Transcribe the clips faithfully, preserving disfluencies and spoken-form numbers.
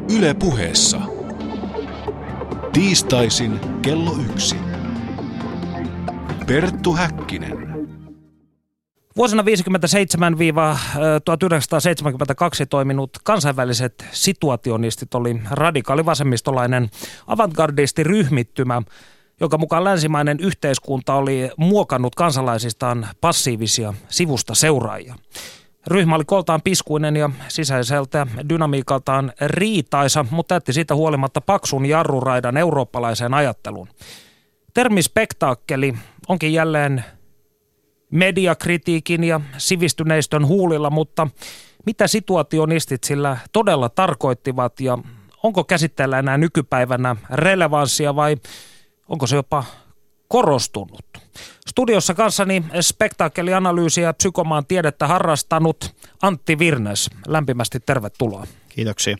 Yle Puheessa. Tiistaisin kello yksi. Perttu Häkkinen. Vuosina viisikymmentäseitsemän tuhatyhdeksänsataaseitsemänkymmentäkaksi toiminut kansainväliset situationistit oli radikaalivasemmistolainen avantgardistiryhmittymä, jonka mukaan länsimainen yhteiskunta oli muokannut kansalaisistaan passiivisia sivusta seuraajia. Ryhmä oli koltaan piskuinen ja sisäiseltä dynamiikaltaan riitaisa, mutta jätti siitä huolimatta paksun jarruraidan eurooppalaiseen ajatteluun. Termi spektaakkeli onkin jälleen mediakritiikin ja sivistyneistön huulilla, mutta mitä situationistit sillä todella tarkoittivat ja onko käsitteellä enää nykypäivänä relevanssia vai onko se jopa korostunut? Studiossa kanssani spektaakkelianalyysiä ja psykomaan tiedettä harrastanut Antti Virnes. Lämpimästi tervetuloa. Kiitoksia.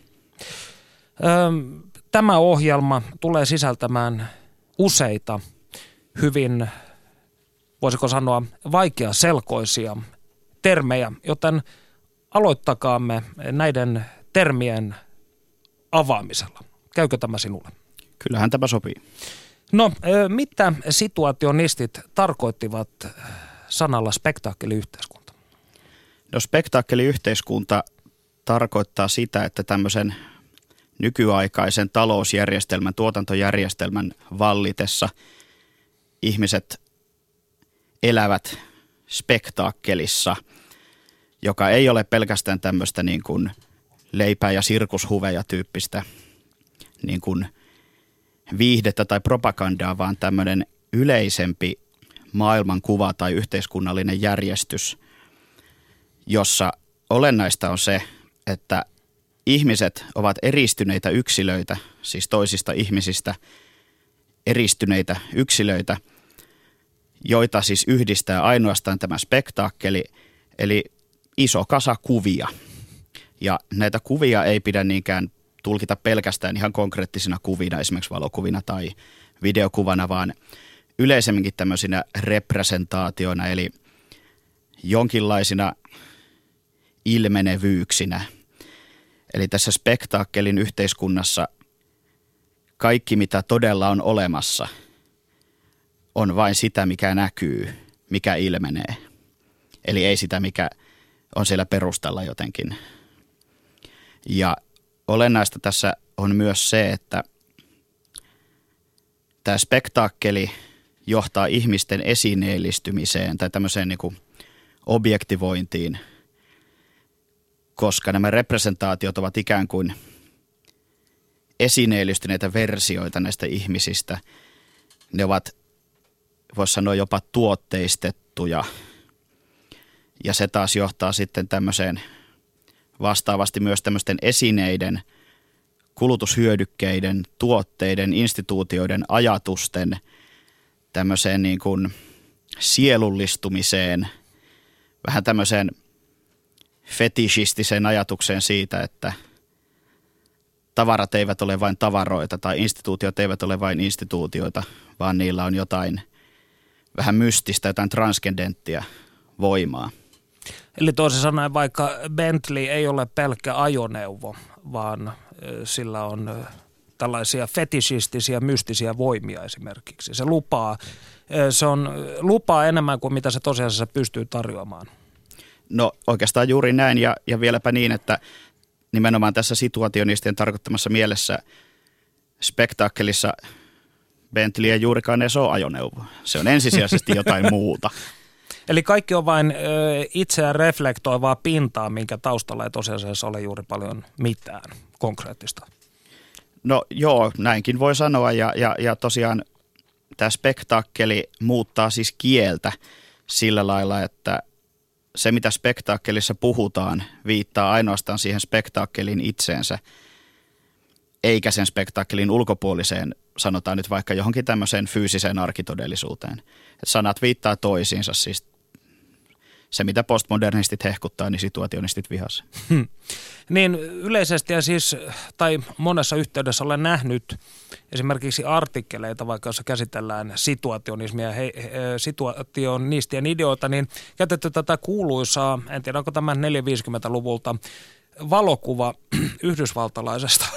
Tämä ohjelma tulee sisältämään useita hyvin, voisiko sanoa, vaikeaselkoisia termejä, joten aloittakaamme näiden termien avaamisella. Käykö tämä sinulle? Kyllähän tämä sopii. No, mitä situationistit tarkoittivat sanalla spektaakkeliyhteiskunta? No, spektaakkeliyhteiskunta tarkoittaa sitä, että tämmöisen nykyaikaisen talousjärjestelmän, tuotantojärjestelmän vallitessa ihmiset elävät spektaakkelissa, joka ei ole pelkästään tämmöistä niin kuin leipää ja sirkushuveja tyyppistä niin kuin viihdettä tai propagandaa, vaan tämmöinen yleisempi maailmankuva tai yhteiskunnallinen järjestys, jossa olennaista on se, että ihmiset ovat eristyneitä yksilöitä, siis toisista ihmisistä eristyneitä yksilöitä, joita siis yhdistää ainoastaan tämä spektaakkeli, eli iso kasa kuvia. Ja näitä kuvia ei pidä niinkään tulkita pelkästään ihan konkreettisina kuvina, esimerkiksi valokuvina tai videokuvana, vaan yleisemminkin tämmöisinä representaatioina, eli jonkinlaisina ilmenevyyksinä. Eli tässä spektaakkelin yhteiskunnassa kaikki, mitä todella on olemassa, on vain sitä, mikä näkyy, mikä ilmenee. Eli ei sitä, mikä on siellä perustalla jotenkin. Ja olennaista tässä on myös se, että tämä spektaakkeli johtaa ihmisten esineellistymiseen tai tämmöiseen niin kuin objektivointiin, koska nämä representaatiot ovat ikään kuin esineellistyneitä versioita näistä ihmisistä. Ne ovat, voisi sanoa, jopa tuotteistettuja, ja se taas johtaa sitten tämmöiseen vastaavasti myös tämmöisten esineiden, kulutushyödykkeiden, tuotteiden, instituutioiden, ajatusten tämmöiseen niin kuin sielullistumiseen, vähän tämmöiseen fetishistiseen ajatukseen siitä, että tavarat eivät ole vain tavaroita tai instituutiot eivät ole vain instituutioita, vaan niillä on jotain vähän mystistä, jotain transkendenttia voimaa. Eli toisin sanoen vaikka Bentley ei ole pelkkä ajoneuvo, vaan sillä on tällaisia fetishistisiä, mystisiä voimia esimerkiksi. Se lupaa, se on lupaa enemmän kuin mitä se tosiasiassa pystyy tarjoamaan. No oikeastaan juuri näin ja, ja vieläpä niin, että nimenomaan tässä situationistien tarkoittamassa mielessä spektaakkelissa Bentley ei juurikaan edes ole ajoneuvo. Se on ensisijaisesti jotain muuta. Eli kaikki on vain ö, itseään reflektoivaa pintaa, minkä taustalla ei tosiasiassa ole juuri paljon mitään konkreettista. No joo, näinkin voi sanoa ja, ja, ja tosiaan tämä spektaakkeli muuttaa siis kieltä sillä lailla, että se mitä spektaakkelissa puhutaan viittaa ainoastaan siihen spektaakkelin itseensä, eikä sen spektaakkelin ulkopuoliseen, sanotaan nyt vaikka johonkin tämmöiseen fyysiseen arkitodellisuuteen. Et sanat viittaa toisiinsa, siis se mitä postmodernistit hehkuttaa, niin situationistit vihassa. Hmm. Niin yleisesti ja siis, tai monessa yhteydessä olen nähnyt esimerkiksi artikkeleita, vaikka jossa käsitellään situationismia, he, he, situationistien ideoita, niin käytetty tätä kuuluisaa, en tiedä onko tämä neljäkymmentä-viisikymmentäluvulta, valokuva yhdysvaltalaisesta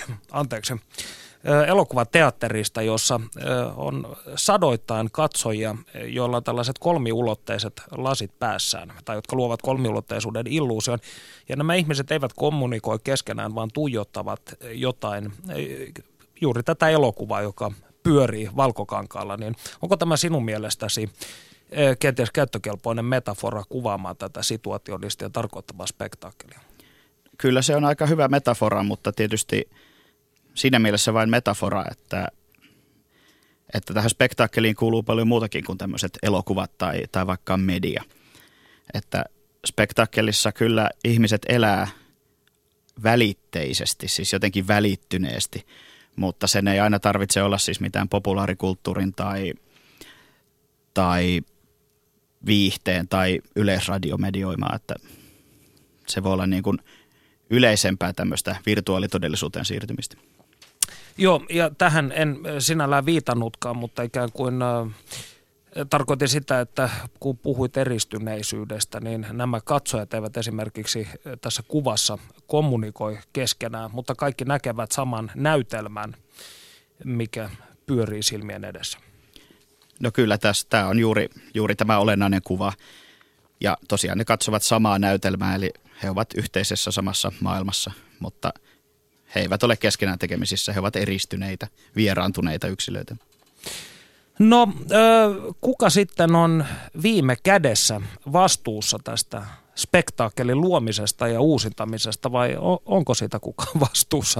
anteeksi, elokuvateatterista, jossa on sadoittain katsojia, joilla on tällaiset kolmiulotteiset lasit päässään, tai jotka luovat kolmiulotteisuuden illuusion. Ja nämä ihmiset eivät kommunikoi keskenään, vaan tuijottavat jotain, juuri tätä elokuvaa, joka pyörii valkokankaalla. Niin onko tämä sinun mielestäsi kenties käyttökelpoinen metafora kuvaamaan tätä situationistia tarkoittavaa spektaakkelia? Kyllä se on aika hyvä metafora, mutta tietysti siinä mielessä vain metafora, että, että tähän spektaakkeliin kuuluu paljon muutakin kuin tämmöiset elokuvat tai, tai vaikka media. Että spektaakkelissa kyllä ihmiset elää välitteisesti, siis jotenkin välittyneesti, mutta sen ei aina tarvitse olla siis mitään populaarikulttuurin tai, tai viihteen tai yleisradiomedioimaa, että se voi olla niin kuin yleisempää tämmöistä virtuaalitodellisuuteen siirtymistä. Joo, ja tähän en sinällään viitannutkaan, mutta ikään kuin äh, tarkoitin sitä, että kun puhuit eristyneisyydestä, niin nämä katsojat eivät esimerkiksi tässä kuvassa kommunikoi keskenään, mutta kaikki näkevät saman näytelmän, mikä pyörii silmien edessä. No kyllä, tämä on juuri, juuri tämä olennainen kuva. Ja tosiaan ne katsovat samaa näytelmää, eli he ovat yhteisessä samassa maailmassa, mutta he eivät ole keskenään tekemisissä, he ovat eristyneitä, vieraantuneita yksilöitä. No, kuka sitten on viime kädessä vastuussa tästä spektaakkelin luomisesta ja uusintamisesta, vai onko siitä kukaan vastuussa?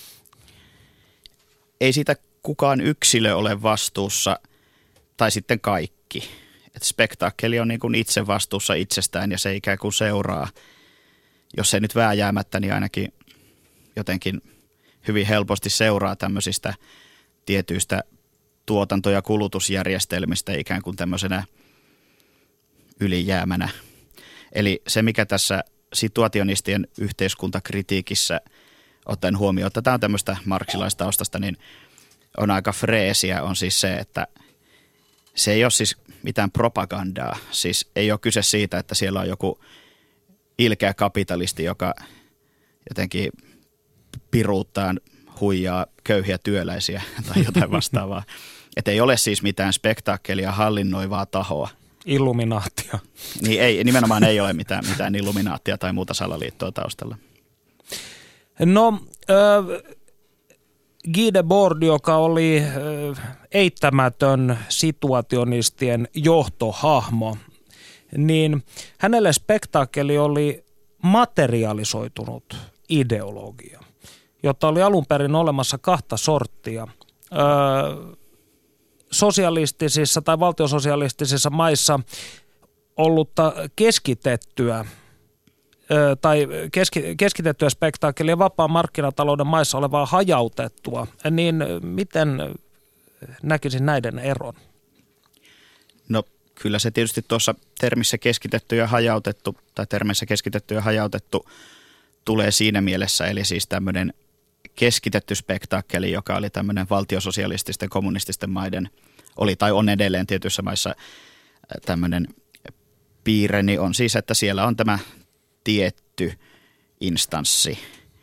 Ei siitä kukaan yksilö ole vastuussa, tai sitten kaikki. Et spektaakkeli on niin kuin itse vastuussa itsestään ja se ikään kuin seuraa, jos ei nyt vääjäämättä, niin ainakin jotenkin hyvin helposti seuraa tämmöisistä tietyistä tuotanto- ja kulutusjärjestelmistä ikään kuin tämmöisenä ylijäämänä. Eli se, mikä tässä situationistien yhteiskuntakritiikissä ottaen huomioon, että tämä on tämmöistä marksilaistaustasta, niin on aika freesiä, on siis se, että se ei ole siis mitään propagandaa. Siis ei ole kyse siitä, että siellä on joku ilkeä kapitalisti, joka jotenkin piruuttaa, huijaa köyhiä työläisiä tai jotain vastaavaa. Että ei ole siis mitään spektaakkelia hallinnoivaa tahoa. Illuminaattia. Niin ei, nimenomaan ei ole mitään, mitään illuminaattia tai muuta salaliittoa taustalla. No, äh, Guy Debord, joka oli äh, eittämätön situationistien johtohahmo, niin hänelle spektaakkeli oli materialisoitunut ideologia, jota oli alun perin olemassa kahta sorttia. Öö, sosialistisissa tai valtiososialistisissa maissa ollutta keskitettyä öö, tai keski, keskitettyä spektaakkelia vapaan markkinatalouden maissa olevaa hajautettua, niin miten näkisin näiden eron? No kyllä se tietysti tuossa termissä keskitetty ja hajautettu tai termissä keskitetty ja hajautettu tulee siinä mielessä, eli siis tämmöinen keskitetty spektaakkeli, joka oli tämmöinen valtiososialististen kommunististen maiden, oli tai on edelleen tietyissä maissa tämmöinen piirre, niin on siis, että siellä on tämä tietty instanssi,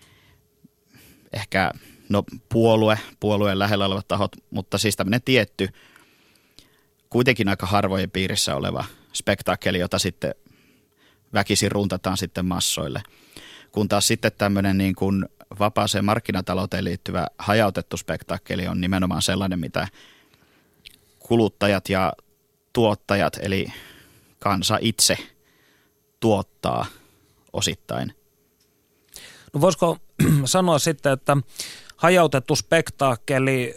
ehkä no puolue, puolueen lähellä olevat tahot, mutta siis tämmöinen tietty, kuitenkin aika harvojen piirissä oleva spektaakkeli, jota sitten väkisin runtataan sitten massoille. Kun taas sitten tämmöinen niin kuin vapaaseen markkinatalouteen liittyvä hajautettu spektaakkeli on nimenomaan sellainen, mitä kuluttajat ja tuottajat, eli kansa itse tuottaa osittain. No voisiko sanoa sitten, että hajautettu spektaakkeli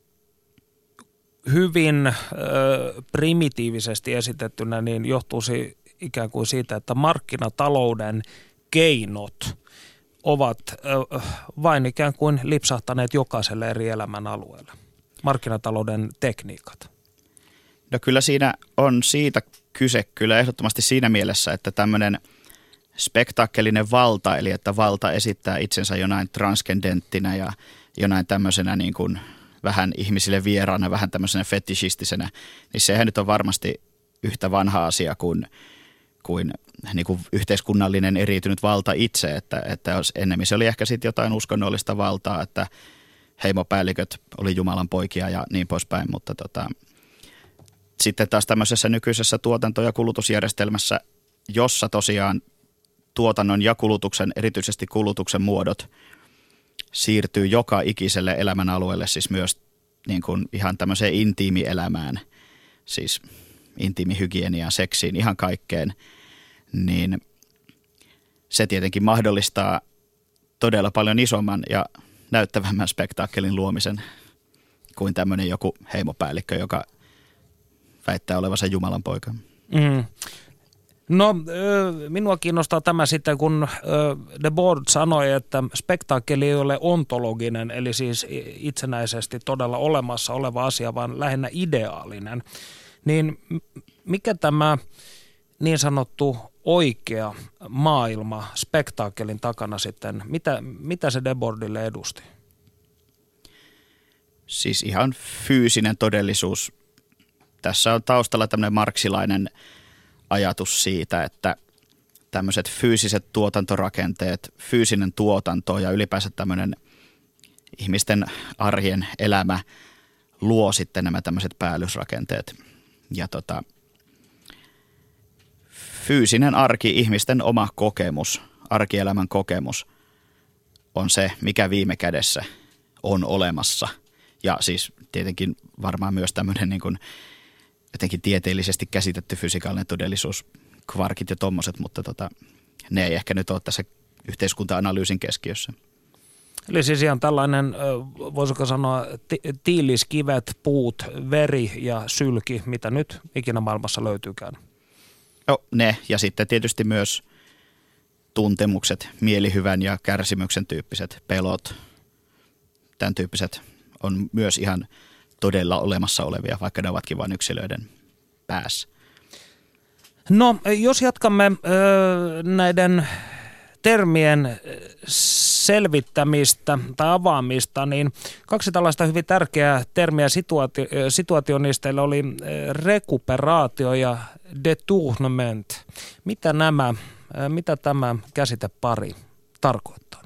hyvin ö, primitiivisesti esitettynä niin johtuisi ikään kuin siitä, että markkinatalouden keinot ovat ö, vain ikään kuin lipsahtaneet jokaiselle eri elämän alueelle. Markkinatalouden tekniikat. No kyllä siinä on siitä kyse kyllä ehdottomasti siinä mielessä, että tämmöinen spektaakkelinen valta, eli että valta esittää itsensä jonain transkendenttinä ja jonain tämmöisenä niin kuin vähän ihmisille vieraana, vähän tämmöisenä fetishistisenä, niin sehän nyt on varmasti yhtä vanha asia kuin, kuin niin kuin yhteiskunnallinen eriytynyt valta itse, että, että ennemmin se oli ehkä sitten jotain uskonnollista valtaa, että heimopäälliköt oli Jumalan poikia ja niin poispäin, mutta tota, sitten taas tämmöisessä nykyisessä tuotanto- ja kulutusjärjestelmässä, jossa tosiaan tuotannon ja kulutuksen, erityisesti kulutuksen muodot siirtyy joka ikiselle elämän alueelle, siis myös niin kuin ihan tämmöiseen intiimielämään, siis intiimihygieniaan, seksiin, ihan kaikkeen, niin se tietenkin mahdollistaa todella paljon isomman ja näyttävämmän spektaakkelin luomisen kuin tämmöinen joku heimopäällikkö, joka väittää olevansa Jumalan poika. Mm. No, minua kiinnostaa tämä sitten, kun Debord sanoi, että spektaakkeli ei ole ontologinen, eli siis itsenäisesti todella olemassa oleva asia, vaan lähinnä ideaalinen. Niin mikä tämä niin sanottu oikea maailma spektaakkelin takana sitten, mitä, mitä se Debordille edusti? Siis ihan fyysinen todellisuus. Tässä on taustalla tämmöinen marksilainen ajatus siitä, että tämmöiset fyysiset tuotantorakenteet, fyysinen tuotanto ja ylipäänsä tämmöinen ihmisten arjen elämä luo sitten nämä tämmöiset päällysrakenteet. Ja tota, fyysinen arki, ihmisten oma kokemus, arkielämän kokemus on se, mikä viime kädessä on olemassa. Ja siis tietenkin varmaan myös tämmöinen niin kuin jotenkin tieteellisesti käsitetty fysikaalinen todellisuus, kvarkit ja tommoset, mutta tota, ne ei ehkä nyt ole tässä yhteiskunta-analyysin keskiössä. Eli siis ihan tällainen, voisiko sanoa, tiiliskivet, puut, veri ja sylki, mitä nyt ikinä maailmassa löytyykään. No ne, ja sitten tietysti myös tuntemukset, mielihyvän ja kärsimyksen tyyppiset, pelot, tämän tyyppiset on myös ihan todella olemassa olevia, vaikka ne ovatkin vain yksilöiden päässä. No, jos jatkamme ö, näiden termien selvittämistä tai avaamista, niin kaksi tällaista hyvin tärkeää termiä situaatio, situaationisteille oli rekuperaatio ja detournement. Mitä nämä, mitä tämä käsitepari tarkoittaa?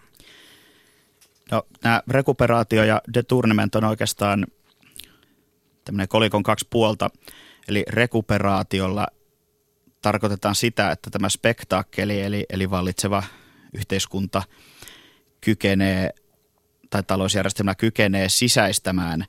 No, nämä rekuperaatio ja detournement on oikeastaan tämmöinen kolikon kaksi puolta, eli rekuperaatiolla tarkoitetaan sitä, että tämä spektaakkeli eli, eli vallitseva yhteiskunta kykenee tai talousjärjestelmä kykenee sisäistämään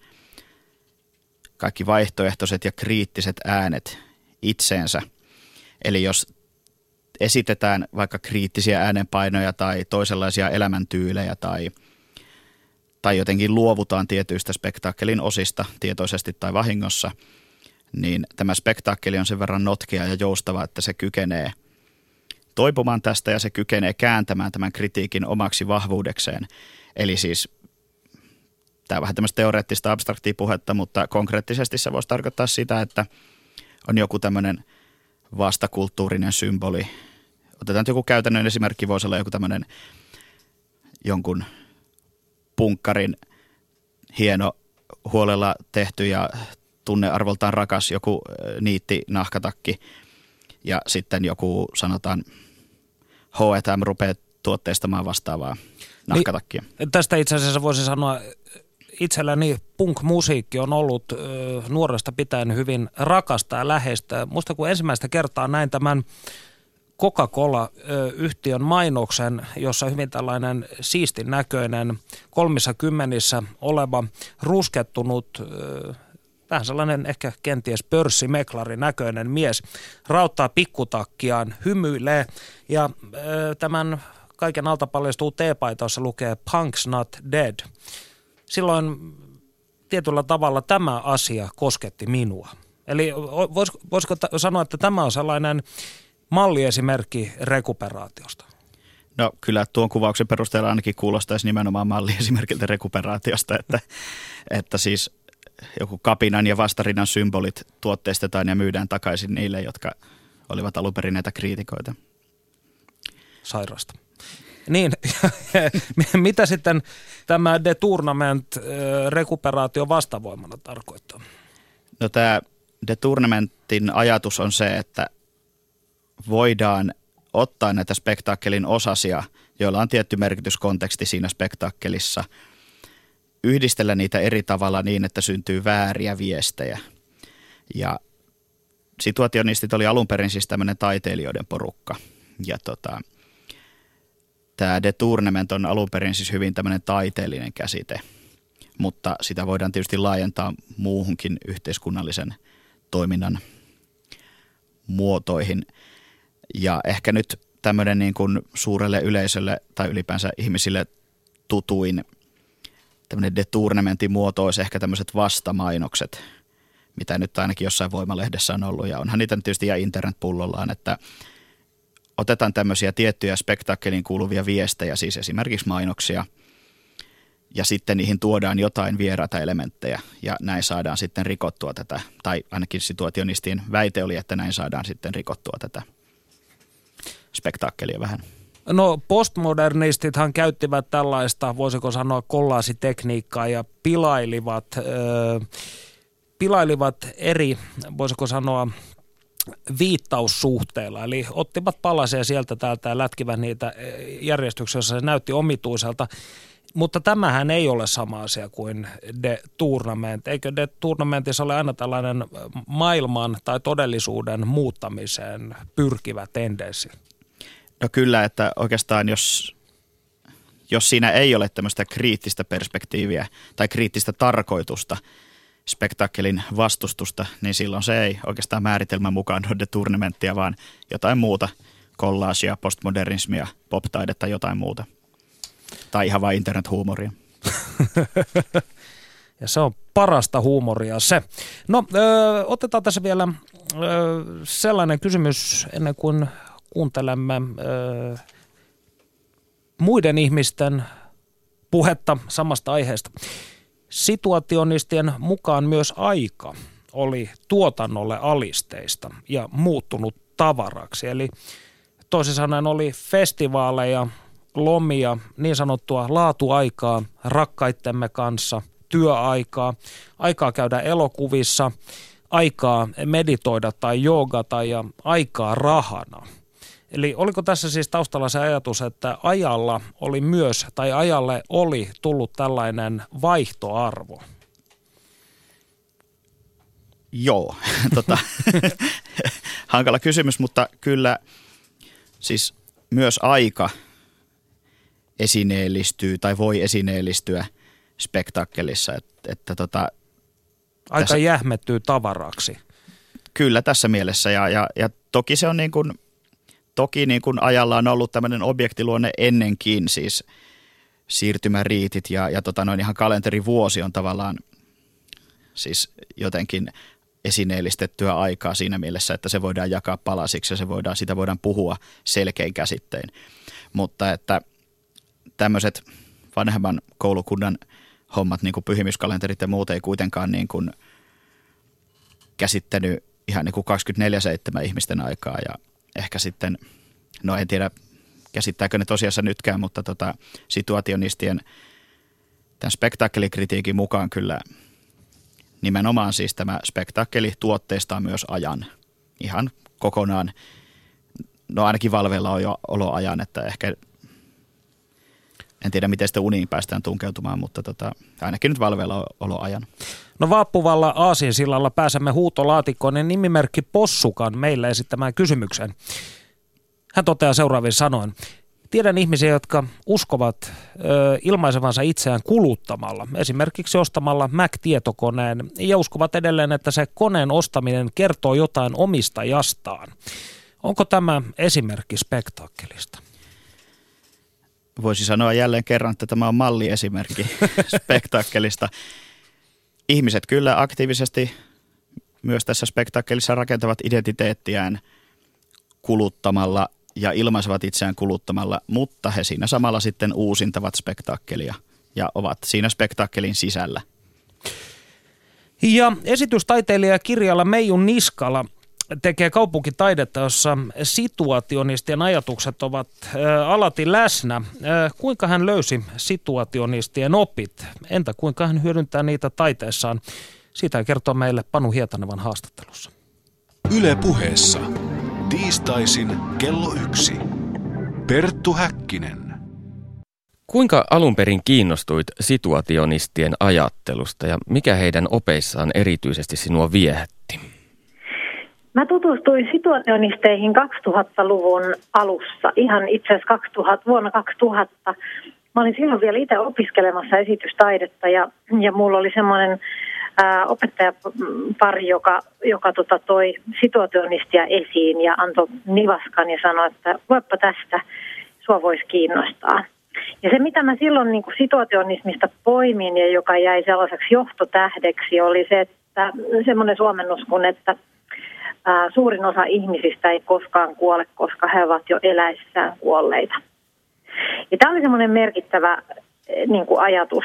kaikki vaihtoehtoiset ja kriittiset äänet itseensä. Eli jos esitetään vaikka kriittisiä äänenpainoja tai toisenlaisia elämäntyylejä tai, tai jotenkin luovutaan tietyistä spektaakkelin osista tietoisesti tai vahingossa, niin tämä spektaakkeli on sen verran notkea ja joustava, että se kykenee toipumaan tästä ja se kykenee kääntämään tämän kritiikin omaksi vahvuudekseen. Eli siis tämä on vähän tämmöistä teoreettista abstraktia puhetta, mutta konkreettisesti se voisi tarkoittaa sitä, että on joku tämmöinen vastakulttuurinen symboli. Otetaan joku käytännön esimerkki, voisi olla joku tämmöinen jonkun punkkarin hieno, huolella tehty ja tunnearvoltaan rakas joku niitti nahkatakki ja sitten joku sanotaan H and M rupeaa tuotteistamaan vastaavaa nahkatakkia. Niin, tästä itse asiassa voisi sanoa, itselläni punk-musiikki on ollut ö, nuoresta pitäen hyvin rakasta ja läheistä. Musta kun ensimmäistä kertaa näin tämän Coca-Cola-yhtiön mainoksen, jossa hyvin tällainen siistin näköinen kolmissa kymmenissä oleva ruskettunut ö, vähän sellainen ehkä kenties pörssimeklarin näköinen mies rauttaa pikkutakkiaan, hymyilee ja ö, tämän kaiken alta paljastuu teepaita, jossa lukee Punk's Not Dead. Silloin tietyllä tavalla tämä asia kosketti minua. Eli voisiko, voisiko sanoa, että tämä on sellainen malliesimerkki rekuperaatiosta? No kyllä tuon kuvauksen perusteella ainakin kuulostaisi nimenomaan malliesimerkiltä rekuperaatiosta, että, että siis joku kapinan ja vastarinnan symbolit tuotteistetaan ja myydään takaisin niille, jotka olivat alun perin näitä kriitikoita. Sairasta. Niin, mitä sitten tämä detournement rekuperaatio vastavoimana tarkoittaa? No tämä detournementin ajatus on se, että voidaan ottaa näitä spektaakkelin osasia, joilla on tietty merkityskonteksti siinä spektaakkelissa, yhdistellä niitä eri tavalla niin, että syntyy vääriä viestejä. Ja situationistit oli alun perin siis tämmöinen taiteilijoiden porukka. Ja tota, tämä detournement on alun perin siis hyvin tämmöinen taiteellinen käsite, mutta sitä voidaan tietysti laajentaa muuhunkin yhteiskunnallisen toiminnan muotoihin. Ja ehkä nyt tämmöinen niin kuin suurelle yleisölle tai ylipäänsä ihmisille tutuin tämmöinen detournementin muoto olisi ehkä tämmöiset vastamainokset, mitä nyt ainakin jossain Voimalehdessä on ollut. Ja onhan niitä tietysti ja internetpullollaan, että otetaan tämmöisiä tiettyjä spektaakkeliin kuuluvia viestejä, siis esimerkiksi mainoksia, ja sitten niihin tuodaan jotain vieraita elementtejä, ja näin saadaan sitten rikottua tätä, tai ainakin situationistien väite oli, että näin saadaan sitten rikottua tätä spektaakkelia vähän. No postmodernistithan käyttivät tällaista, voisiko sanoa, kollaasitekniikkaa ja pilailivat, äh, pilailivat eri, voisiko sanoa, viittaussuhteilla. Eli ottivat palasia sieltä täältä ja lätkivät niitä järjestyksessä, se näytti omituiselta. Mutta tämähän ei ole sama asia kuin detournement. Eikö detournementissa ole aina tällainen maailman tai todellisuuden muuttamiseen pyrkivä tendenssi? No kyllä, että oikeastaan jos, jos siinä ei ole tämmöistä kriittistä perspektiiviä tai kriittistä tarkoitusta, spektaakkelin vastustusta, niin silloin se ei oikeastaan määritelmän mukaan ole detournementtia, vaan jotain muuta, kollaasia, postmodernismia, pop-taidetta, jotain muuta. Tai ihan vain internethuumoria. Ja se on parasta huumoria se. No, ö, otetaan tässä vielä ö, sellainen kysymys ennen kuin kuuntelemme ö, muiden ihmisten puhetta samasta aiheesta. Situationistien mukaan myös aika oli tuotannolle alisteista ja muuttunut tavaraksi. Eli toisin sanoen oli festivaaleja, lomia, niin sanottua laatuaikaa rakkaittemme kanssa, työaikaa, aikaa käydä elokuvissa, aikaa meditoida tai joogata ja aikaa rahana. Eli oliko tässä siis taustalla se ajatus, että ajalla oli myös, tai ajalle oli tullut tällainen vaihtoarvo? Joo, tota, hankala kysymys, mutta kyllä siis myös aika esineellistyy tai voi esineellistyä spektaakkelissa. Että, että tota, aika tässä, jähmettyy tavaraksi. Kyllä tässä mielessä ja, ja, ja toki se on niin kuin, toki niin kuin ajalla on ollut tämmöinen objektiluonne ennenkin, siis siirtymäriitit ja, ja tota noin ihan kalenterivuosi on tavallaan siis jotenkin esineellistettyä aikaa siinä mielessä, että se voidaan jakaa palasiksi ja se voidaan, sitä voidaan puhua selkein käsittein. Mutta että tämmöiset vanhemman koulukunnan hommat, niin kuin pyhimyskalenterit ja muut, ei kuitenkaan niin kuin käsittänyt ihan niin kuin kaksikymmentäneljä seitsemän ihmisten aikaa ja ehkä sitten, no en tiedä käsittääkö ne tosiasiassa nytkään, mutta tota, situationistien tämän spektaakelikritiikin mukaan kyllä nimenomaan siis tämä spektaakkeli tuotteistaa myös ajan ihan kokonaan. No ainakin Valveilla on jo oloajan, että ehkä en tiedä miten sitä uniin päästään tunkeutumaan, mutta tota, ainakin nyt Valveilla on oloajan. No Vaappuvalla Aasinsillalla pääsemme huutolaatikkoon ja nimimerkki Possukan meille esittämään kysymyksen. Hän toteaa seuraavin sanoin. Tiedän ihmisiä, jotka uskovat ö, ilmaisevansa itseään kuluttamalla, esimerkiksi ostamalla Mac-tietokoneen, ja uskovat edelleen, että se koneen ostaminen kertoo jotain omistajastaan. Onko tämä esimerkki spektaakkelista? Voisi sanoa jälleen kerran, että tämä on malliesimerkki spektaakkelista. Ihmiset kyllä aktiivisesti myös tässä spektaakkelissa rakentavat identiteettiään kuluttamalla ja ilmaisevat itseään kuluttamalla, mutta he siinä samalla sitten uusintavat spektaakkelia ja ovat siinä spektaakkelin sisällä. Ja esitystaiteilija kirjalla Meijun Niskala tekee kaupunkitaidetta, jossa situationistien ajatukset ovat ä, alati läsnä. Ä, kuinka hän löysi situationistien opit? Entä kuinka hän hyödyntää niitä taiteessaan? Siitä kertoo meille Panu Hietanevan haastattelussa. Yle Puheessa Tiistaisin kello yksi. Perttu Häkkinen. Kuinka alun perin kiinnostuit situationistien ajattelusta ja mikä heidän opeissaan erityisesti sinua viehätti? Mä tutustuin situationisteihin kaksituhattaluvun alussa, ihan itse asiassa kaksituhatta, vuonna kaksituhatta. Mä olin silloin vielä itse opiskelemassa esitystaidetta ja, ja mulla oli semmoinen ää, opettajapari, joka, joka tota, toi situationistia esiin ja antoi nivaskan ja sanoi, että voipa tästä, sua voisi kiinnostaa. Ja se, mitä mä silloin niin kuin situationismista poimin ja joka jäi sellaiseksi johtotähdeksi, oli se, että semmoinen suomennus kun, että ää, suurin osa ihmisistä ei koskaan kuole, koska he ovat jo eläissään kuolleita. Ja tämä oli semmoinen merkittävä niin kuin ajatus,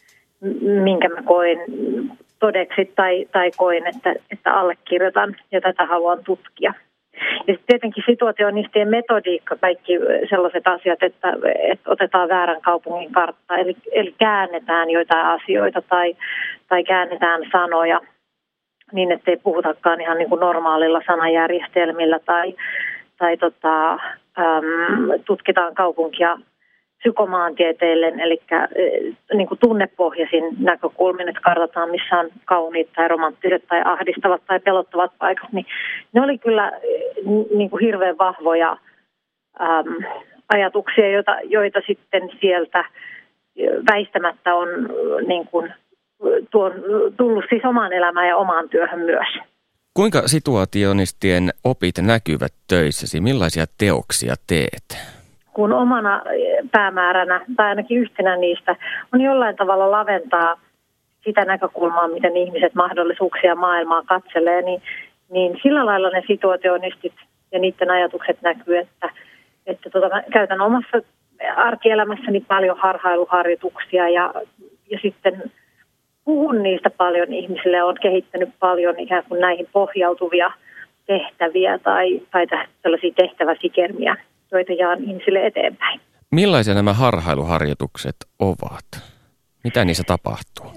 minkä mä koin todeksi tai, tai koin, että, että allekirjoitan ja tätä haluan tutkia. Ja sitten tietenkin situationistien metodiikka, kaikki sellaiset asiat, että, että otetaan väärän kaupungin kartta, eli, eli käännetään joitain asioita tai, tai käännetään sanoja niin, ettei puhutakaan ihan niin kuin normaalilla sanajärjestelmillä tai, tai tota, äm, tutkitaan kaupunkia psykomaantieteellen, eli niin kuin tunnepohjaisin näkökulmin, että kartataan missä on kauniit tai romanttiset tai ahdistavat tai pelottavat paikat, niin ne oli kyllä niin kuin hirveän vahvoja äm, ajatuksia, joita, joita sitten sieltä väistämättä on niin kuin, tuon, tullut siis omaan elämään ja omaan työhön myös. Kuinka situationistien opit näkyvät töissäsi? Millaisia teoksia teet? Kun omana päämääränä, tai ainakin yhtenä niistä, on jollain tavalla laventaa sitä näkökulmaa, miten ihmiset mahdollisuuksia maailmaa katselee, niin, niin sillä lailla ne situationistit ja niiden ajatukset näkyy, että, että tota, mä käytän omassa arkielämässäni paljon harhailuharjoituksia ja, ja sitten puhun niistä paljon ihmisille. Olen kehittänyt paljon ikään kuin näihin pohjautuvia tehtäviä tai, tai tällaisia tehtäväsikermiä, joita jaan ihmisille eteenpäin. Millaisia nämä harhailuharjoitukset ovat? Mitä niissä tapahtuu?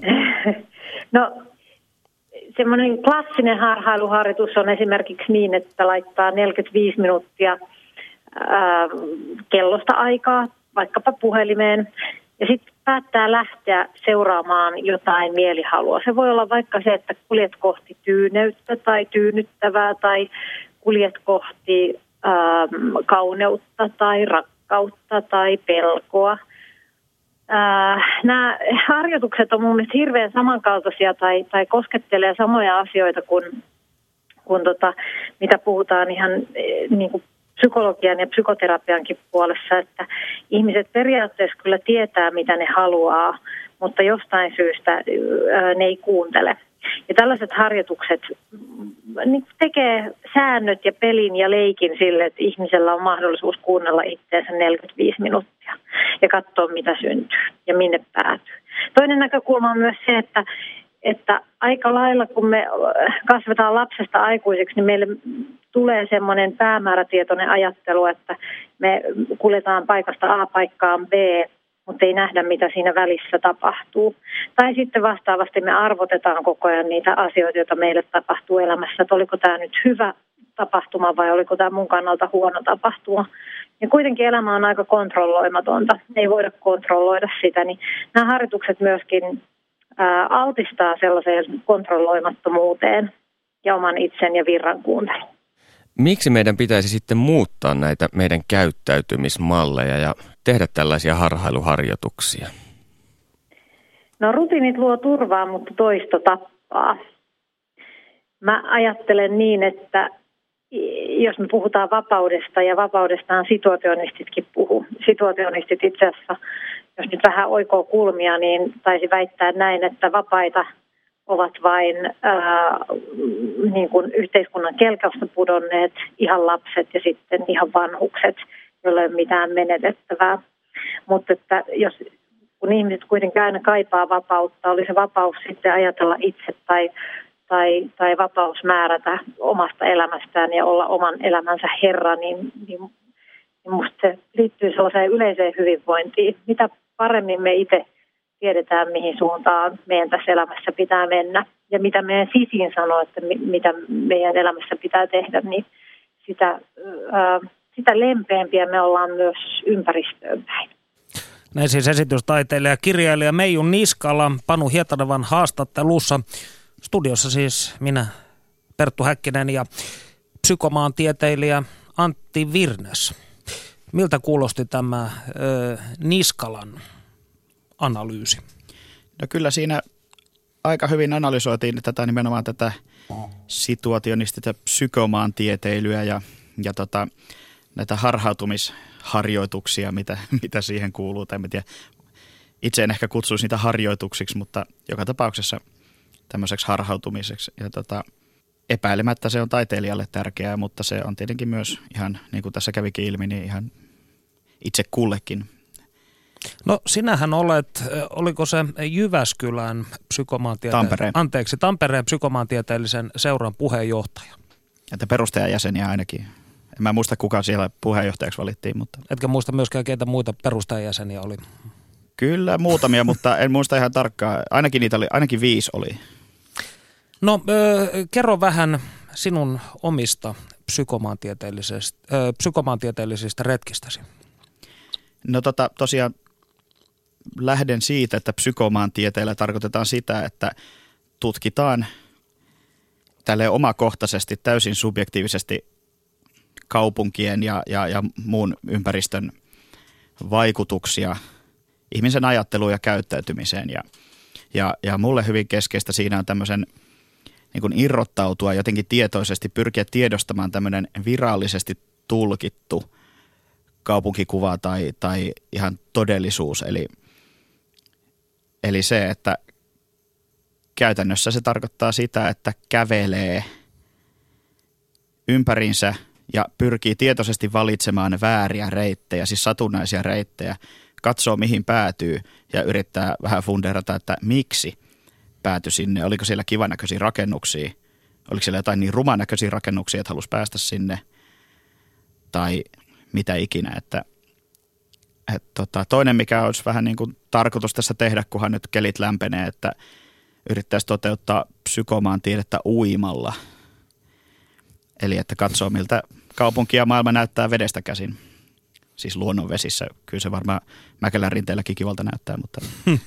No, semmoinen klassinen harhailuharjoitus on esimerkiksi niin, että laittaa neljäkymmentäviisi minuuttia ää, kellosta aikaa, vaikkapa puhelimeen, ja sitten päättää lähteä seuraamaan jotain mielihalua. Se voi olla vaikka se, että kuljet kohti tyyneyttä tai tyynnyttävää tai kuljet kohti Ähm, kauneutta tai rakkautta tai pelkoa. Äh, nämä harjoitukset on mun mielestä hirveän samankaltaisia tai, tai koskettelee samoja asioita kuin, kuin tota, mitä puhutaan ihan niin kuin psykologian ja psykoterapiankin puolessa, että ihmiset periaatteessa kyllä tietää, mitä ne haluaa, mutta jostain syystä ää, ne ei kuuntele. Ja tällaiset harjoitukset niin tekee säännöt ja pelin ja leikin sille, että ihmisellä on mahdollisuus kuunnella itseensä neljäkymmentäviisi minuuttia ja katsoa, mitä syntyy ja minne päätyy. Toinen näkökulma on myös se, että, että aika lailla, kun me kasvetaan lapsesta aikuiseksi, niin meille tulee semmoinen päämäärätietoinen ajattelu, että me kuljetaan paikasta A paikkaan B, mutta ei nähdä, mitä siinä välissä tapahtuu. Tai sitten vastaavasti me arvotetaan koko ajan niitä asioita, joita meille tapahtuu elämässä, että oliko tämä nyt hyvä tapahtuma vai oliko tämä mun kannalta huono tapahtuma. Ja kuitenkin elämä on aika kontrolloimatonta, ei voida kontrolloida sitä, niin nämä harjoitukset myöskin ää, altistaa sellaiseen kontrolloimattomuuteen ja oman itsen ja virran kuunteluun. Miksi meidän pitäisi sitten muuttaa näitä meidän käyttäytymismalleja ja tehdä tällaisia harhailuharjoituksia? No rutiinit luo turvaa, mutta toisto tappaa. Mä ajattelen niin, että jos me puhutaan vapaudesta, ja vapaudestaan situationistitkin puhuu. Situationistit itse asiassa, jos nyt vähän oikoo kulmia, niin taisi väittää näin, että vapaita ovat vain ää, niin kuin yhteiskunnan kelkasta pudonneet ihan lapset ja sitten ihan vanhukset, joilla ei ole mitään menetettävää. Mutta että jos, kun ihmiset kuitenkin aina kaipaa vapautta, oli se vapaus sitten ajatella itse tai, tai, tai vapaus määrätä omasta elämästään ja olla oman elämänsä herra, niin, niin, niin musta se liittyy sellaiseen yleiseen hyvinvointiin. Mitä paremmin me itse tiedetään, mihin suuntaan meidän tässä elämässä pitää mennä ja mitä meidän sisin sanoo, että mitä meidän elämässä pitää tehdä, niin sitä, ää, sitä lempeämpiä me ollaan myös ympäristöön päin. Näin siis esitystaiteilija ja kirjailija Meijun Niskala Panu Hietanevan haastattelussa. Studiossa siis minä, Perttu Häkkinen, ja psykomaantieteilijä Antti Virnes. Miltä kuulosti tämä ö, Niskalan analyysi? No kyllä siinä aika hyvin analysoitiin tätä nimenomaan tätä situationistista psykomaantieteilyä ja, ja tota, näitä harhautumisharjoituksia, mitä, mitä siihen kuuluu. Tai en tiedä, itse en ehkä kutsuisi niitä harjoituksiksi, mutta joka tapauksessa tämmöiseksi harhautumiseksi. Ja tota, epäilemättä se on taiteilijalle tärkeää, mutta se on tietenkin myös ihan, niin kuin tässä kävikin ilmi, niin ihan itse kullekin. No sinähän olet, oliko se Jyväskylän psykomaantieteellisen, Tampereen. anteeksi, Tampereen psykomaantieteellisen seuran puheenjohtaja. Että perustajajäseniä ainakin. En mä muista, kuka siellä puheenjohtajaksi valittiin, mutta... Etkä muista myöskään, keitä muita perustajajäseniä oli? Kyllä muutamia, mutta en muista ihan tarkkaan. Ainakin niitä oli, ainakin viisi oli. No ö, kerro vähän sinun omista psykomaantieteellisistä, ö, psykomaantieteellisistä retkistäsi. No tota, tosiaan lähden siitä, että psykomaantieteellä tarkoitetaan sitä, että tutkitaan tälleen omakohtaisesti, täysin subjektiivisesti kaupunkien ja, ja, ja muun ympäristön vaikutuksia ihmisen ajatteluun ja käyttäytymiseen. Ja, ja, ja mulle hyvin keskeistä siinä on tämmöisen niin kuin irrottautua, jotenkin tietoisesti pyrkiä tiedostamaan tämmöinen virallisesti tulkittu kaupunkikuva tai, tai ihan todellisuus. Eli, eli se, että käytännössä se tarkoittaa sitä, että kävelee ympärinsä ja pyrkii tietoisesti valitsemaan vääriä reittejä, siis satunnaisia reittejä, katsoo mihin päätyy ja yrittää vähän funderata, että miksi päätyi sinne. Oliko siellä kivanäköisiä rakennuksia, oliko siellä jotain niin rumanäköisiä rakennuksia, että halusi päästä sinne tai mitä ikinä. Että, et tota, toinen, mikä olisi vähän niin kuin tarkoitus tässä tehdä, kunhan nyt kelit lämpenee, että yrittäisi toteuttaa psykomaantiedettä uimalla. Eli että katsoo, miltä kaupunki ja maailma näyttää vedestä käsin. Siis luonnonvesissä. Kyllä se varmaan Mäkelän rinteelläkin kivalta näyttää, mutta...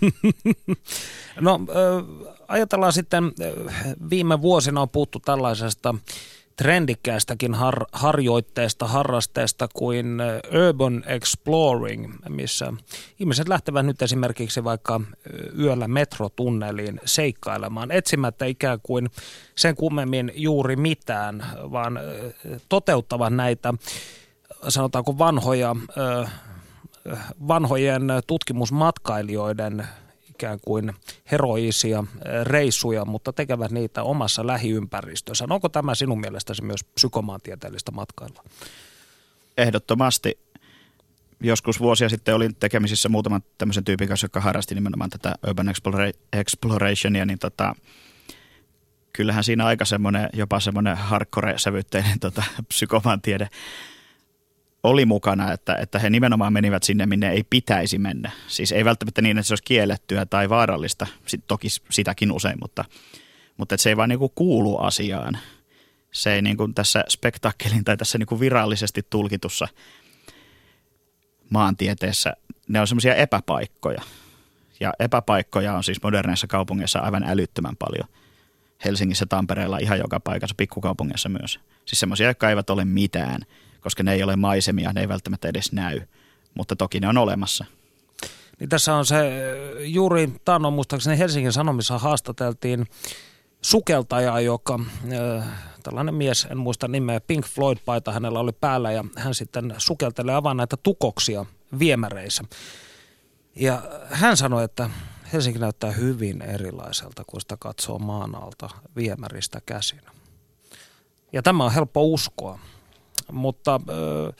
No äh, ajatellaan sitten, äh, viime vuosina on puhuttu tällaisesta trendikkäästäkin har- harjoitteesta, harrasteesta kuin urban exploring, missä ihmiset lähtevät nyt esimerkiksi vaikka yöllä metrotunneliin seikkailemaan, etsimättä ikään kuin sen kummemmin juuri mitään, vaan toteuttavat näitä, sanotaanko vanhoja, vanhojen tutkimusmatkailijoiden ikään kuin heroisia reissuja, mutta tekevät niitä omassa lähiympäristössä. Onko tämä sinun mielestäsi myös psykomaantieteellistä matkailua? Ehdottomasti. Joskus vuosia sitten olin tekemisissä muutaman tämmöisen tyypin kanssa, joka harrasti nimenomaan tätä urban explorationia, niin tota, kyllähän siinä aika semmoinen, jopa semmoinen hardcore-sävytteinen tota, psykomaantiede oli mukana, että, että he nimenomaan menivät sinne, minne ei pitäisi mennä. Siis ei välttämättä niin, että se olisi kiellettyä tai vaarallista, Sitten toki sitäkin usein, mutta, mutta että se ei vaan niin kuin kuulu asiaan. Se ei niin kuin tässä spektaakkelin tai tässä niin kuin virallisesti tulkitussa maantieteessä, ne on semmoisia epäpaikkoja. Ja epäpaikkoja on siis moderneissa kaupungeissa aivan älyttömän paljon. Helsingissä, Tampereella, ihan joka paikassa, pikkukaupungeissa myös. Siis semmoisia, jotka eivät ole mitään, koska ne ei ole maisemia, ne ei välttämättä edes näy, mutta toki ne on olemassa. Niin tässä on se, juuri taannoin muistaakseni Helsingin Sanomissa haastateltiin sukeltajaa, joka, äh, tällainen mies, en muista nimeä, Pink Floyd-paita hänellä oli päällä ja hän sitten sukeltelee avaa näitä tukoksia viemäreissä. Ja hän sanoi, että Helsinki näyttää hyvin erilaiselta, kun sitä katsoo maan alta viemäristä käsin. Ja tämä on helppo uskoa. Mutta äh,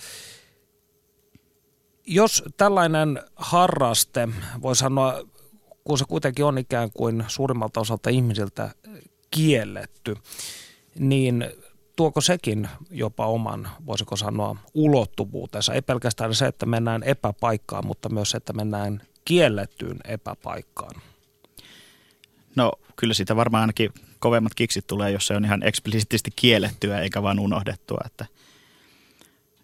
jos tällainen harraste, voi sanoa, kun se kuitenkin on ikään kuin suurimmalta osalta ihmisiltä kielletty, niin tuoko sekin jopa oman, voisiko sanoa, ulottuvuutensa? Ei pelkästään se, että mennään epäpaikkaan, mutta myös se, että mennään kiellettyyn epäpaikkaan. No kyllä siitä varmaan ainakin kovemmat kiksit tulee, jos se on ihan eksplisiittisesti kiellettyä eikä vaan unohdettua, että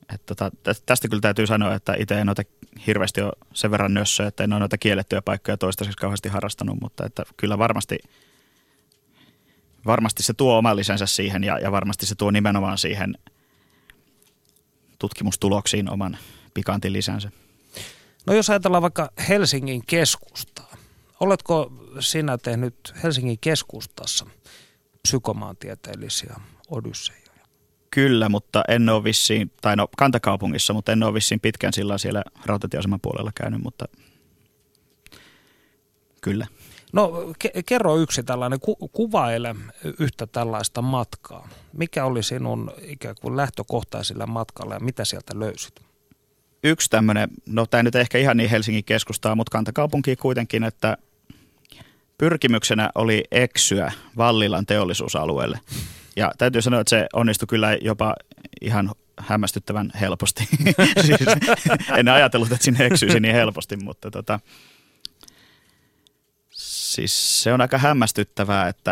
että tota, tästä kyllä täytyy sanoa, että itse en ota hirveästi ole sen verran nössöä, että en ole noita kiellettyjä paikkoja toistaiseksi kauheasti harrastanut, mutta että kyllä varmasti, varmasti se tuo oman lisänsä siihen ja, ja varmasti se tuo nimenomaan siihen tutkimustuloksiin oman pikantin lisänsä. No jos ajatellaan vaikka Helsingin keskustaa, oletko sinä tehnyt Helsingin keskustassa psykomaantieteellisiä odysseja? Kyllä, mutta en ole vissiin, tai no kantakaupungissa, mutta en ole vissiin pitkän sillan siellä rautatieaseman puolella käynyt, mutta kyllä. No ke- kerro yksi tällainen, ku- kuvaile yhtä tällaista matkaa. Mikä oli sinun ikään kuin lähtökohtaisella matkalla ja mitä sieltä löysit? Yksi tämmöinen, no tämä nyt ehkä ihan niin Helsingin keskustaa, mutta kantakaupunkiin kuitenkin, että pyrkimyksenä oli eksyä Vallilan teollisuusalueelle. Ja täytyy sanoa, että se onnistui kyllä jopa ihan hämmästyttävän helposti. Siis, en ajatellut, että sinne eksyisi niin helposti, mutta tota, siis se on aika hämmästyttävää, että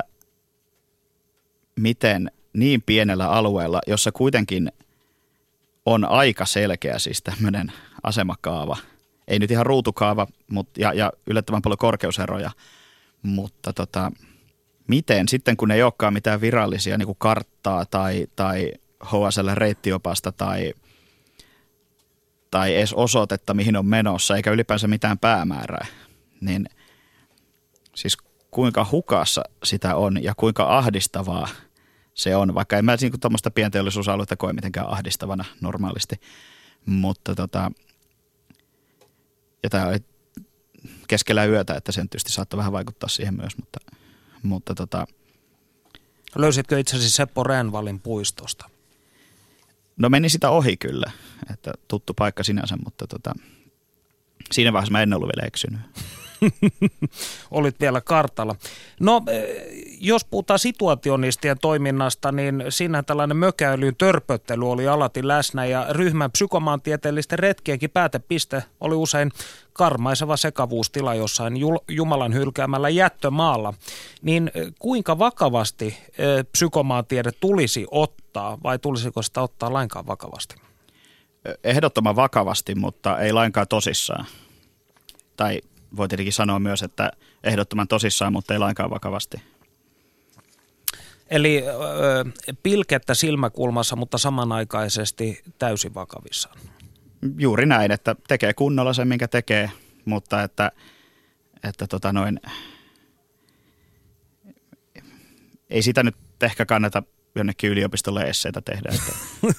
miten niin pienellä alueella, jossa kuitenkin on aika selkeä siis tämmöinen asemakaava, ei nyt ihan ruutukaava mutta, ja, ja yllättävän paljon korkeuseroja, mutta tota, miten sitten kun ei olekaan mitään virallisia niin kuin karttaa tai, tai H S L-reittiopasta tai, tai edes osoitetta, mihin on menossa, eikä ylipäänsä mitään päämäärää, niin siis kuinka hukassa sitä on ja kuinka ahdistavaa se on, vaikka en mä niin tuommoista pienteollisuusaluetta koe mitenkään ahdistavana normaalisti, mutta tota, ja tämä oli keskellä yötä, että sen tietysti saattaa vähän vaikuttaa siihen myös, mutta, mutta tota. Löysitkö itsesi Seppo Rehn-Wallin puistosta? No meni sitä ohi kyllä, että tuttu paikka sinänsä, mutta tota, siinä vaiheessa mä en ollut vielä eksynyt. Olit vielä kartalla. No, jos puhutaan situationistien toiminnasta, niin siinä tällainen mökäilyn törpöttely oli alati läsnä ja ryhmän psykomaantieteellisten retkienkin päätepiste oli usein karmaiseva sekavuustila jossain Jumalan hylkäämällä jättömaalla. Niin kuinka vakavasti psykomaantiede tulisi ottaa vai tulisiko sitä ottaa lainkaan vakavasti? Ehdottoman vakavasti, mutta ei lainkaan tosissaan. Tai voi tietenkin sanoa myös, että ehdottoman tosissaan, mutta ei lainkaan vakavasti. Eli ö, pilkettä silmäkulmassa, mutta samanaikaisesti täysin vakavissaan. Juuri näin, että tekee kunnolla sen, minkä tekee, mutta että, että tota noin, ei sitä nyt ehkä kannata jonnekin yliopistolle esseitä tehdä. Että.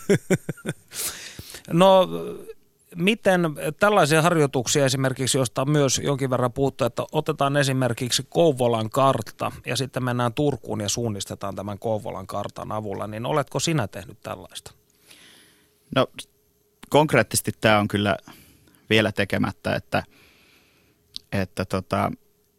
No miten tällaisia harjoituksia esimerkiksi, josta on myös jonkin verran puhuttu, että otetaan esimerkiksi Kouvolan kartta ja sitten mennään Turkuun ja suunnistetaan tämän Kouvolan kartan avulla, niin oletko sinä tehnyt tällaista? No konkreettisesti tämä on kyllä vielä tekemättä, että, että tota,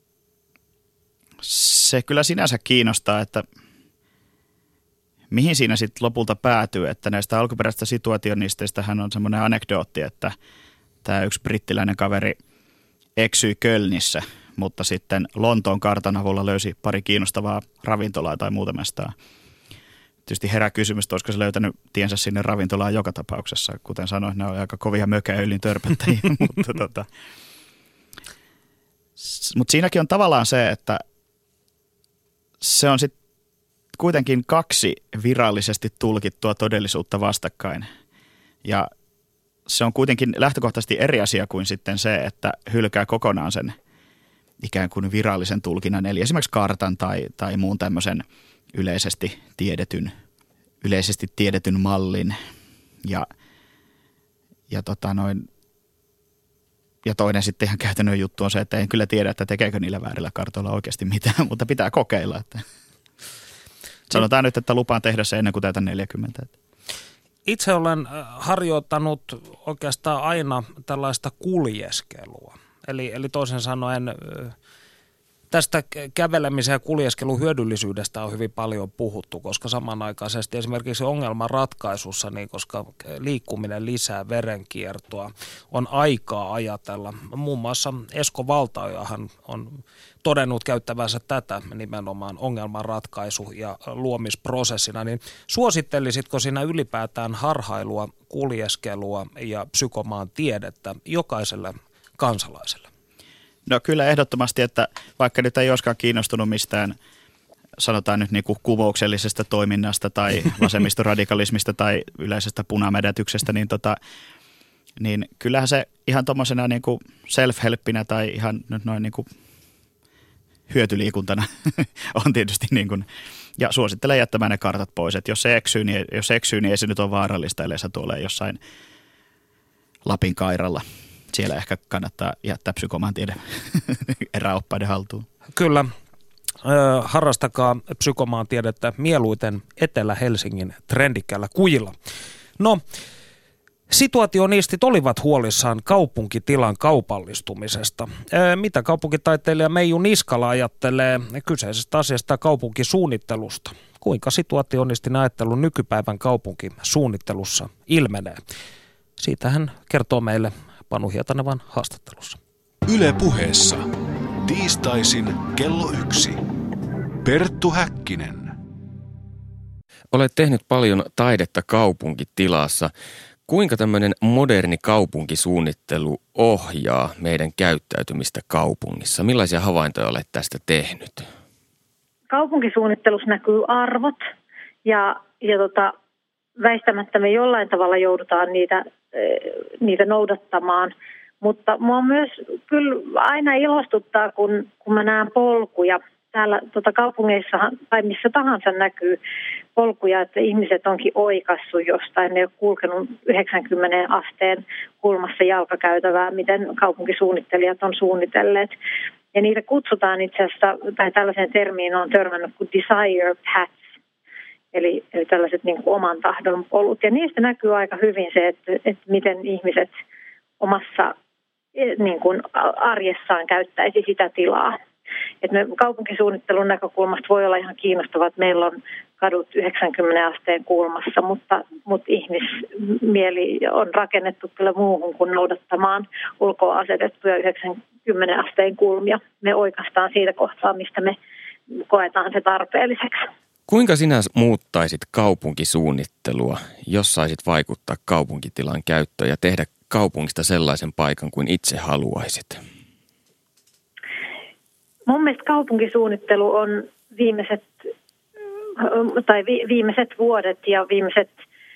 se kyllä sinänsä kiinnostaa, että mihin siinä sitten lopulta päätyy, että näistä alkuperäisistä situationisteistähän on semmoinen anekdootti, että tämä yksi brittiläinen kaveri eksyi Kölnissä, mutta sitten Lontoon kartan avulla löysi pari kiinnostavaa ravintolaa tai muuta mestaa. Tietysti herää kysymys, että olisiko se löytänyt tiensä sinne ravintolaan joka tapauksessa. Kuten sanoin, ne on aika kovia mökäöljyn törpöttäjiä, mutta tota. Mut siinäkin on tavallaan se, että se on sitten kuitenkin kaksi virallisesti tulkittua todellisuutta vastakkain. Ja se on kuitenkin lähtökohtaisesti eri asia kuin sitten se, että hylkää kokonaan sen ikään kuin virallisen tulkinnan, eli esimerkiksi kartan tai, tai muun tämmöisen yleisesti tiedetyn, yleisesti tiedetyn mallin. Ja, ja, tota noin, ja toinen sitten ihan käytännön juttu on se, että en kyllä tiedä, että tekeekö niillä väärillä kartoilla oikeasti mitään, mutta pitää kokeilla, että sanotaan nyt, että lupaan tehdä se ennen kuin täytän neljäkymmentä. Itse olen harjoittanut oikeastaan aina tällaista kuljeskelua. Eli, eli toisin sanoen Tästä kävelemisen ja kuljeskelun hyödyllisyydestä on hyvin paljon puhuttu, koska samanaikaisesti esimerkiksi ongelman ratkaisussa, niin koska liikkuminen lisää verenkiertoa, on aikaa ajatella. Muun muassa Esko Valtaojahan on todennut käyttävänsä tätä nimenomaan ongelmanratkaisu- ja luomisprosessina. Niin suosittelisitko sinä ylipäätään harhailua, kuljeskelua ja psykomaan tiedettä jokaiselle kansalaiselle? No kyllä ehdottomasti, että vaikka nyt ei olisikaan kiinnostunut mistään, sanotaan nyt niin kuin kumouksellisesta toiminnasta tai vasemmistoradikalismista tai yleisestä punamedätyksestä, niin, tota, niin kyllähän se ihan tuommoisena niin kuin self-helppinä tai ihan nyt noin niin kuin hyötyliikuntana on tietysti niin kuin, ja suosittelen jättämään ne kartat pois, että jos se eksyy, niin, jos eksyy, niin ei se nyt ole vaarallista, ellei sä tuolle jossain Lapin kairalla. Siellä ehkä kannattaa jättää psykomaan tiede eräoppaiden haltuun. Kyllä. Ö, harrastakaa psykomaan tiedettä mieluiten Etelä-Helsingin trendikkäällä kujilla. No, situationistit olivat huolissaan kaupunkitilan kaupallistumisesta. Ö, mitä kaupunkitaiteilija Meiju Niskala ajattelee kyseisestä asiasta kaupunkisuunnittelusta? Kuinka situationistin ajattelun nykypäivän kaupunkisuunnittelussa ilmenee? Siitä hän kertoo meille Panu Hietanevan haastattelussa. Yle Puheessa. Tiistaisin kello yksi. Perttu Häkkinen. Olet tehnyt paljon taidetta kaupunkitilassa. Kuinka tämmöinen moderni kaupunkisuunnittelu ohjaa meidän käyttäytymistä kaupungissa? Millaisia havaintoja olet tästä tehnyt? Kaupunkisuunnittelussa näkyy arvot ja, ja tota, väistämättä me jollain tavalla joudutaan niitä, niitä noudattamaan. Mutta mua myös kyllä aina ilostuttaa, kun, kun mä näen polkuja. Täällä tota, kaupungeissa tai missä tahansa näkyy polkuja, että ihmiset onkin oikassut jostain. Ne ei ole kulkenut yhdeksänkymmentä asteen kulmassa jalkakäytävää, miten kaupunkisuunnittelijat on suunnitelleet. Ja niitä kutsutaan itse asiassa, tai tällaiseen termiin on törmännyt kuin desire paths, eli, eli tällaiset niin kuin oman tahdon polut. Ja niistä näkyy aika hyvin se, että, että miten ihmiset omassa niin kuin arjessaan käyttäisi sitä tilaa. Et me kaupunkisuunnittelun näkökulmasta voi olla ihan kiinnostavaa, että meillä on kadut yhdeksänkymmentä asteen kulmassa, mutta, mutta ihmismieli on rakennettu kyllä muuhun kuin noudattamaan ulkoa asetettuja yhdeksänkymmentä asteen kulmia. Me oikaistaan siitä kohtaa, mistä me koetaan se tarpeelliseksi. Kuinka sinä muuttaisit kaupunkisuunnittelua, jos saisit vaikuttaa kaupunkitilan käyttöön ja tehdä kaupungista sellaisen paikan kuin itse haluaisit? Mun mielestä kaupunkisuunnittelu on viimeiset, tai viimeiset vuodet ja viimeiset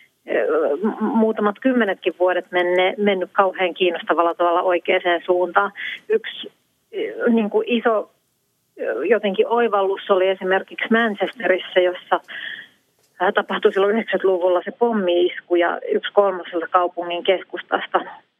muutamat kymmenetkin vuodet menne, mennyt kauhean kiinnostavalla tavalla oikeaan suuntaan. Yksi niin kuin iso jotenkin oivallus oli esimerkiksi Manchesterissa, jossa tapahtui silloin yhdeksänkymmentäluvulla se pommi-isku ja yksi kolmasosa kaupungin keskustasta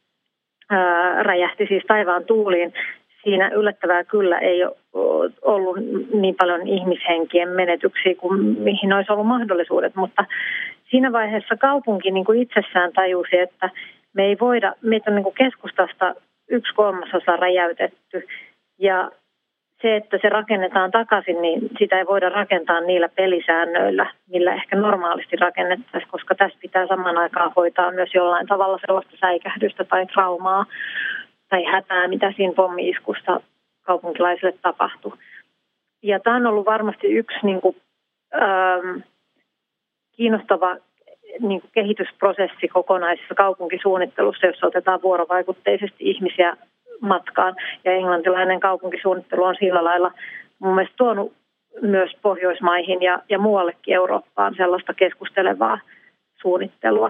ää, räjähti siis taivaan tuuliin. Siinä yllättävää kyllä ei ole ollut niin paljon ihmishenkien menetyksiä kuin mihin olisi ollut mahdollisuudet, mutta siinä vaiheessa kaupunki niin kuin itsessään tajusi, että me ei voida, meitä on niin kuin keskustasta yksi kolmasosa räjäytetty ja se, että se rakennetaan takaisin, niin sitä ei voida rakentaa niillä pelisäännöillä, millä ehkä normaalisti rakennettaisiin, koska tässä pitää saman aikaan hoitaa myös jollain tavalla sellaista säikähdystä tai traumaa tai hätää, mitä siinä pommi-iskusta kaupunkilaisille tapahtui. Ja tämä on ollut varmasti yksi niin kuin, ähm, kiinnostava niin kuin kehitysprosessi kokonaisessa kaupunkisuunnittelussa, jossa otetaan vuorovaikutteisesti ihmisiä matkaan. Ja englantilainen kaupunkisuunnittelu on sillä lailla mun mielestä tuonut myös Pohjoismaihin ja, ja muuallekin Eurooppaan sellaista keskustelevaa suunnittelua.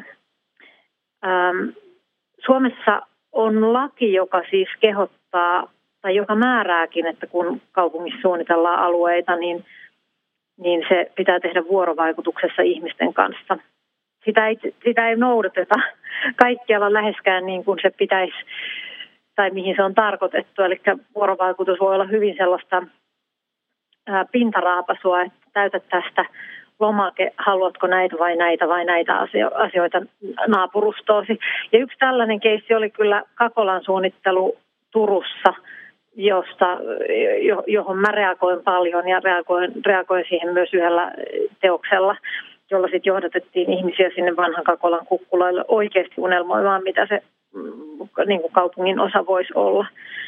Ähm, Suomessa on laki, joka siis kehottaa tai joka määrääkin, että kun kaupungissa suunnitellaan alueita, niin, niin se pitää tehdä vuorovaikutuksessa ihmisten kanssa. Sitä ei, sitä ei noudateta kaikkialla läheskään niin kuin se pitäisi tai mihin se on tarkoitettu. Eli vuorovaikutus voi olla hyvin sellaista ää, pintaraapasua, että täytät tästä lomake, haluatko näitä vai näitä vai näitä asioita naapurustoosi. Ja yksi tällainen keissi oli kyllä Kakolan suunnittelu Turussa, josta, johon mä reagoin paljon ja reagoin, reagoin siihen myös yhdellä teoksella, jolla sitten johdatettiin ihmisiä sinne vanhan Kakolan kukkuloille oikeasti unelmoimaan, mitä se niin kuin kaupungin osa voisi olla.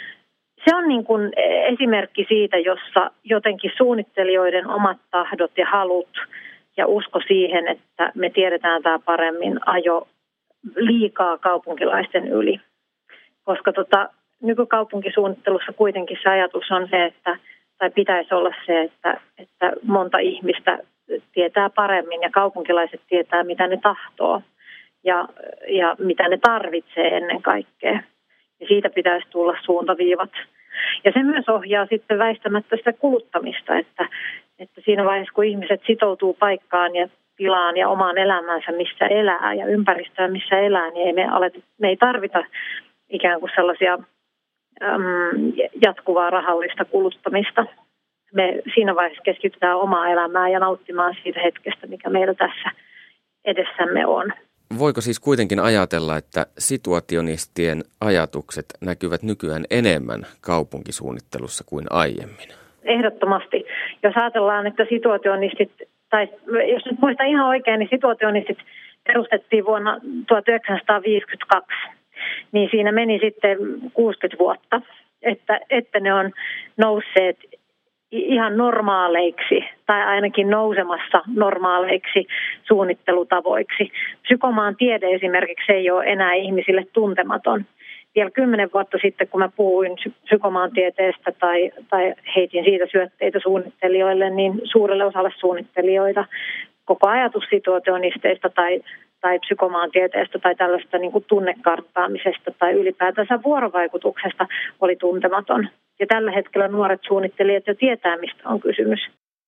Se on niin kuin esimerkki siitä, jossa jotenkin suunnittelijoiden omat tahdot ja halut ja usko siihen, että me tiedetään tämä paremmin, ajo liikaa kaupunkilaisten yli. Koska tota, nykykaupunkisuunnittelussa kuitenkin se ajatus on se, että, tai pitäisi olla se, että, että monta ihmistä tietää paremmin ja kaupunkilaiset tietää, mitä ne tahtoo ja, ja mitä ne tarvitsee ennen kaikkea. Ja siitä pitäisi tulla suuntaviivat. Ja se myös ohjaa sitten väistämättä sitä kuluttamista, että, että siinä vaiheessa, kun ihmiset sitoutuu paikkaan ja tilaan ja omaan elämäänsä, missä elää ja ympäristöön, missä elää, niin ei me, aleta, me ei tarvita ikään kuin sellaisia äm, jatkuvaa rahallista kuluttamista. Me siinä vaiheessa keskitytään omaa elämään ja nauttimaan siitä hetkestä, mikä meillä tässä edessämme on. Voiko siis kuitenkin ajatella, että situationistien ajatukset näkyvät nykyään enemmän kaupunkisuunnittelussa kuin aiemmin? Ehdottomasti. Jos ajatellaan, että situationistit, tai jos nyt muistan ihan oikein, niin situationistit perustettiin vuonna tuhatyhdeksänsataaviisikymmentäkaksi. Niin siinä meni sitten kuusikymmentä vuotta, että, että ne on nousseet ihan normaaleiksi tai ainakin nousemassa normaaleiksi suunnittelutavoiksi. Psykomaan tiede esimerkiksi ei ole enää ihmisille tuntematon. Vielä kymmenen vuotta sitten, kun mä puhuin psykomaan tieteestä tai, tai heitin siitä syötteitä suunnittelijoille, niin suurelle osalle suunnittelijoita koko ajatus situaationisteista tai, tai psykomaan tieteestä tai tällaista niin kuin tunnekarttaamisesta tai ylipäätänsä vuorovaikutuksesta oli tuntematon. Ja tällä hetkellä nuoret suunnittelijat jo tietää, mistä on kysymys.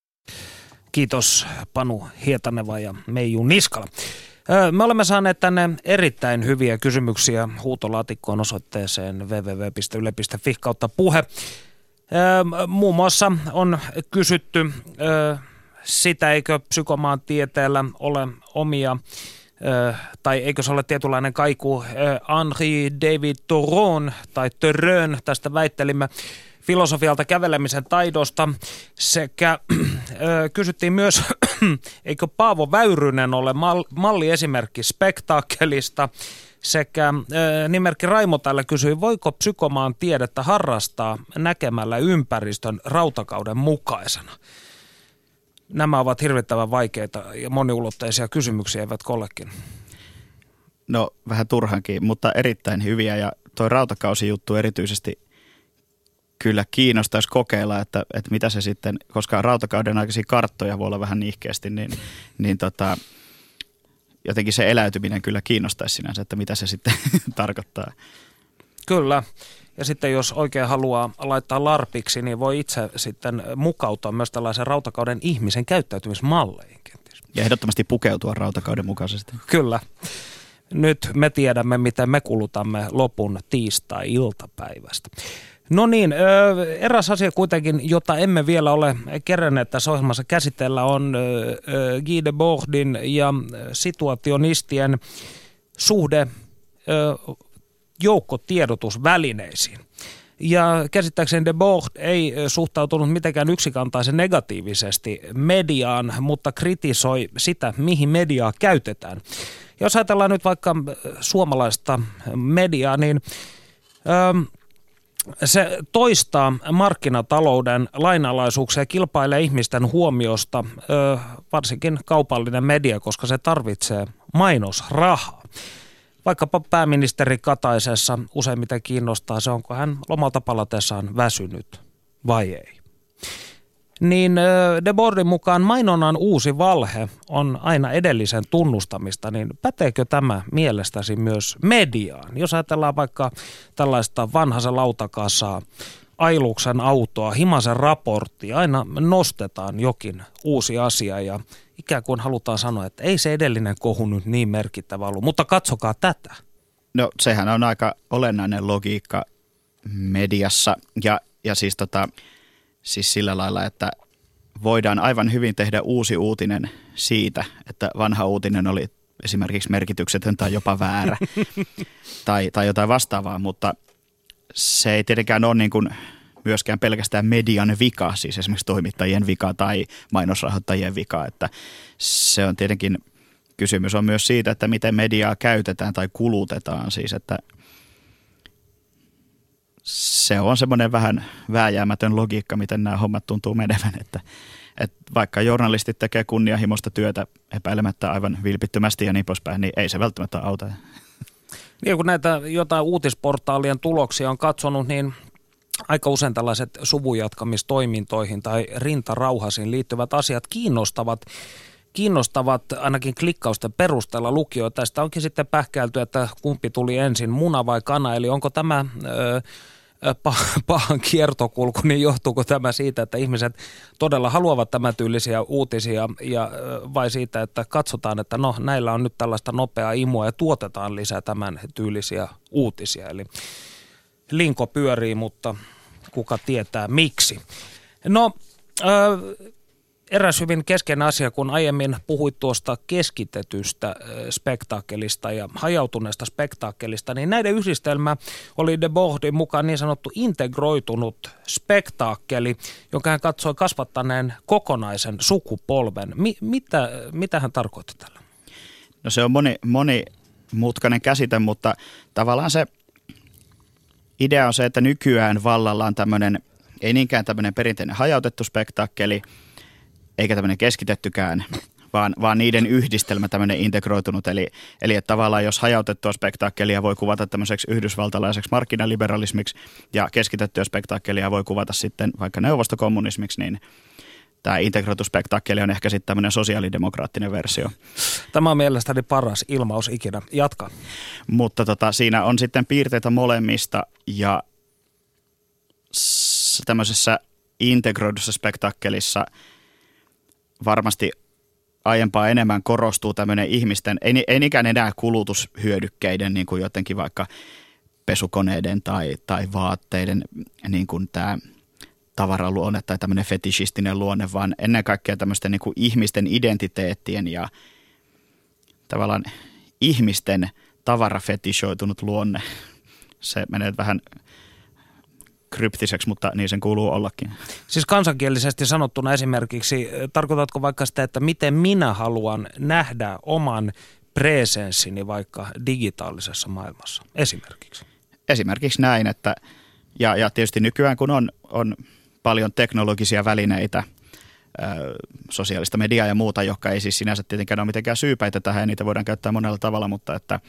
Kiitos Panu Hietaneva ja Meiju Niskala. Me olemme saaneet tänne erittäin hyviä kysymyksiä huutolaatikkoon osoitteeseen double-u double-u double-u piste yle piste fi kautta puhe. Muun muassa on kysytty sitä, eikö psykomaan tieteellä ole omia, tai eikö se ole tietynlainen kaiku Henri David Thoreau'n tai Thoreau'n, tästä väittelimme filosofialta kävelemisen taidosta, sekä kysyttiin myös, eikö Paavo Väyrynen ole malliesimerkki spektaakkelista, sekä nimerkki Raimo täällä kysyi, voiko psykomaan tiedettä harrastaa näkemällä ympäristön rautakauden mukaisena? Nämä ovat hirvittävän vaikeita ja moniulotteisia kysymyksiä, eivät kollekin. No vähän turhankin, mutta erittäin hyviä, ja toi rautakausijuttu erityisesti kyllä kiinnostaisi kokeilla, että, että mitä se sitten, koska rautakauden aikaisia karttoja voi olla vähän nihkeästi, niin, niin tota, jotenkin se eläytyminen kyllä kiinnostaisi sinänsä, että mitä se sitten tarkoittaa. Kyllä. Ja sitten jos oikein haluaa laittaa larpiksi, niin voi itse sitten mukautua myös tällaisen rautakauden ihmisen käyttäytymismalleihin. Ja ehdottomasti pukeutua rautakauden mukaisesti. Kyllä. Nyt me tiedämme, miten me kulutamme lopun tiistai-iltapäivästä. No niin, eräs asia kuitenkin, jota emme vielä ole keränneet tässä ohjelmassa käsitellä, on Guy Debordin ja situationistien suhde joukkotiedotusvälineisiin. Ja käsittääkseni Debord ei suhtautunut mitenkään yksikantaisen negatiivisesti mediaan, mutta kritisoi sitä, mihin mediaa käytetään. Jos ajatellaan nyt vaikka suomalaista mediaa, niin ähm, se toistaa markkinatalouden lainalaisuuksia ja kilpailee ihmisten huomiosta, äh, varsinkin kaupallinen media, koska se tarvitsee mainosrahaa. Vaikkapa pääministeri Kataisessa useimmiten kiinnostaa se, onko hän lomalta palatessaan väsynyt vai ei. Niin Debordin mukaan mainonnan uusi valhe on aina edellisen tunnustamista, niin päteekö tämä mielestäsi myös mediaan? Jos ajatellaan vaikka tällaista vanhasen lautakasaa, Ailuksen autoa, Himasen raporttia, aina nostetaan jokin uusi asia ja ikään kuin halutaan sanoa, että ei se edellinen kohu nyt niin merkittävä ollut, mutta katsokaa tätä. No sehän on aika olennainen logiikka mediassa ja, ja siis, tota, siis sillä lailla, että voidaan aivan hyvin tehdä uusi uutinen siitä, että vanha uutinen oli esimerkiksi merkityksetön tai jopa väärä tai, tai jotain vastaavaa, mutta se ei tietenkään ole niin kuin myöskään pelkästään median vika, siis esimerkiksi toimittajien vika tai mainosrahoittajien vika, että se on tietenkin, kysymys on myös siitä, että miten mediaa käytetään tai kulutetaan, siis että se on semmoinen vähän vääjäämätön logiikka, miten nämä hommat tuntuu menevän, että, että vaikka journalistit tekee kunnianhimoista työtä epäilemättä aivan vilpittömästi ja niin poispäin, niin ei se välttämättä auta. Niin, kun näitä jotain uutisportaalien tuloksia on katsonut, niin aika usein tällaiset suvujatkamistoimintoihin tai rintarauhasiin liittyvät asiat kiinnostavat, kiinnostavat ainakin klikkausten perusteella lukijoita. Tästä onkin sitten pähkäilty, että kumpi tuli ensin, muna vai kana, eli onko tämä Öö, pahan kiertokulku, niin johtuuko tämä siitä, että ihmiset todella haluavat tämän tyylisiä uutisia ja vai siitä, että katsotaan, että no näillä on nyt tällaista nopeaa imua ja tuotetaan lisää tämän tyylisiä uutisia. Eli linko pyörii, mutta kuka tietää miksi. No äh, eräs hyvin keskeinen asia, kun aiemmin puhuit tuosta keskitetystä spektaakkelista ja hajautuneesta spektaakkelista, niin näiden yhdistelmä oli Debordin mukaan niin sanottu integroitunut spektaakkeli, jonka hän katsoi kasvattaneen kokonaisen sukupolven. Mi- mitä, mitä hän tarkoitti tällä? No se on moni, monimutkainen käsite, mutta tavallaan se idea on se, että nykyään vallalla on tämmöinen, ei niinkään tämmöinen perinteinen hajautettu spektaakkeli, eikä tämmöinen keskitettykään, vaan, vaan niiden yhdistelmä tämmöinen integroitunut. Eli, eli että tavallaan jos hajautettua spektaakkelia voi kuvata tämmöiseksi yhdysvaltalaiseksi markkinaliberalismiksi ja keskitettyä spektaakkelia voi kuvata sitten vaikka neuvostokommunismiksi, niin tämä integroitu spektaakkeli on ehkä sitten tämmöinen sosiaalidemokraattinen versio. Tämä on mielestäni paras ilmaus ikinä. Jatka. Mutta tota, siinä on sitten piirteitä molemmista ja s- tämmöisessä integroidussa spektaakkelissa varmasti aiempaa enemmän korostuu tämmöinen ihmisten, ei, ei ikään enää kulutushyödykkeiden, niin kuin jotenkin vaikka pesukoneiden tai, tai vaatteiden niin kuin tämä tavaraluonne tai tämmöinen fetishistinen luonne, vaan ennen kaikkea tämmöisten niin kuin ihmisten identiteettien ja tavallaan ihmisten tavarafetishoitunut luonne. Se menee vähän kryptiseksi, mutta niin sen kuuluu ollakin. Siis kansankielisesti sanottuna esimerkiksi, tarkoitatko vaikka sitä, että miten minä haluan nähdä oman presenssini vaikka digitaalisessa maailmassa esimerkiksi? Esimerkiksi näin, että ja, ja tietysti nykyään kun on, on paljon teknologisia välineitä, ö, sosiaalista mediaa ja muuta, jotka ei siis sinänsä tietenkään ole mitenkään syypäitä tähän ja niitä voidaan käyttää monella tavalla, mutta että,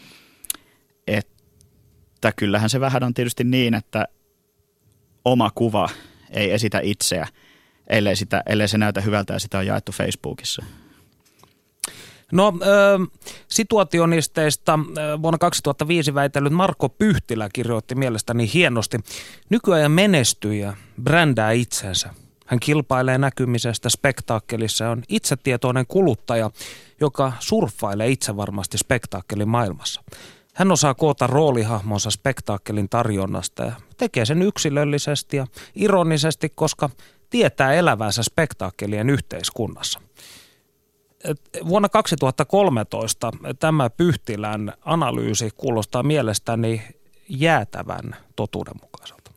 että kyllähän se vähän on tietysti niin, että oma kuva ei esitä itseä, ellei, sitä, ellei se näytä hyvältä ja sitä on jaettu Facebookissa. No äh, situationisteista äh, vuonna kaksituhattaviisi väitellyt Marko Pyhtilä kirjoitti mielestäni hienosti. Nykyajan menestyjä brändää itsensä. Hän kilpailee näkymisestä spektaakkelissa ja on itsetietoinen kuluttaja, joka surffailee itsevarmasti spektaakkelin maailmassa. Hän osaa koota roolihahmonsa spektaakkelin tarjonnasta ja tekee sen yksilöllisesti ja ironisesti, koska tietää elävänsä spektaakkelien yhteiskunnassa. Vuonna kaksituhattakolmetoista tämä Pyhtilän analyysi kuulostaa mielestäni jäätävän totuudenmukaiselta.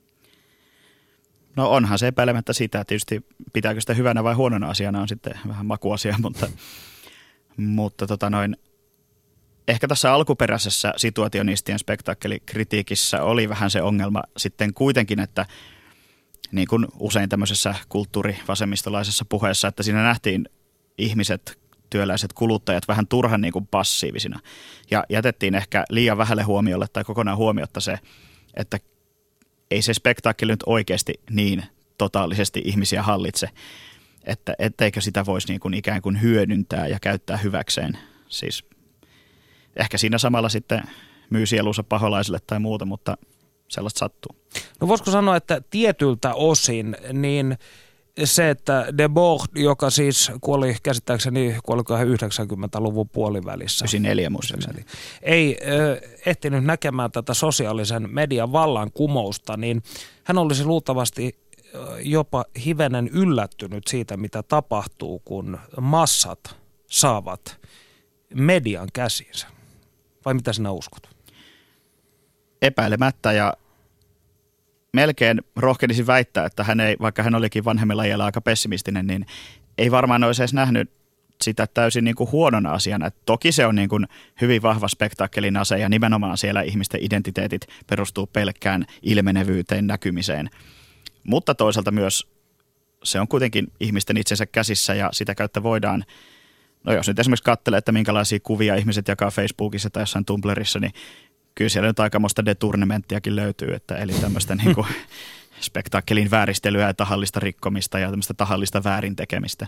No onhan se epäilemättä sitä. Tietysti pitääkö sitä hyvänä vai huonona asiana on sitten vähän makuasia, mutta, mutta tota noin, ehkä tässä alkuperäisessä situationistien spektaakelikritiikissä oli vähän se ongelma sitten kuitenkin, että niin kuin usein tämmöisessä kulttuurivasemmistolaisessa puheessa, että siinä nähtiin ihmiset, työläiset kuluttajat vähän turhan niin kuin passiivisina. Ja jätettiin ehkä liian vähälle huomiolle tai kokonaan huomiotta se, että ei se spektaakkeli nyt oikeasti niin totaalisesti ihmisiä hallitse, että etteikö sitä voisi niin kuin ikään kuin hyödyntää ja käyttää hyväkseen. Siis ehkä siinä samalla sitten myy sielunsa paholaisille tai muuta, mutta sellaista sattuu. No voisiko sanoa, että tietyltä osin niin se, että Debord, joka siis kuoli käsittääkseni, kuolikohan yhdeksänkymmentäluvun puolivälissä. yhdeksänkymmentäneljä muistaakseni. Ei äh, ehtinyt näkemään tätä sosiaalisen median vallankumousta, niin hän olisi luultavasti jopa hivenen yllättynyt siitä, mitä tapahtuu, kun massat saavat median käsiinsä. Vai mitä sinä uskot? Epäilemättä ja melkein rohkenisin väittää, että hän ei, vaikka hän olikin vanhemmilla iällä aika pessimistinen, niin ei varmaan olisi edes nähnyt sitä täysin niin kuin huonona asiana. Et toki se on niin kuin hyvin vahva spektaakkelin ase ja nimenomaan siellä ihmisten identiteetit perustuu pelkkään ilmenevyyteen, näkymiseen. Mutta toisaalta myös se on kuitenkin ihmisten itsensä käsissä ja sitä kautta voidaan, no jos nyt esimerkiksi katselee, että minkälaisia kuvia ihmiset jakaa Facebookissa tai jossain Tumblrissa, niin kyllä siellä nyt aikamoista detournementtiakin löytyy, että eli tämmöistä niin kuin spektaakkelin vääristelyä ja tahallista rikkomista ja tämmöistä tahallista väärintekemistä.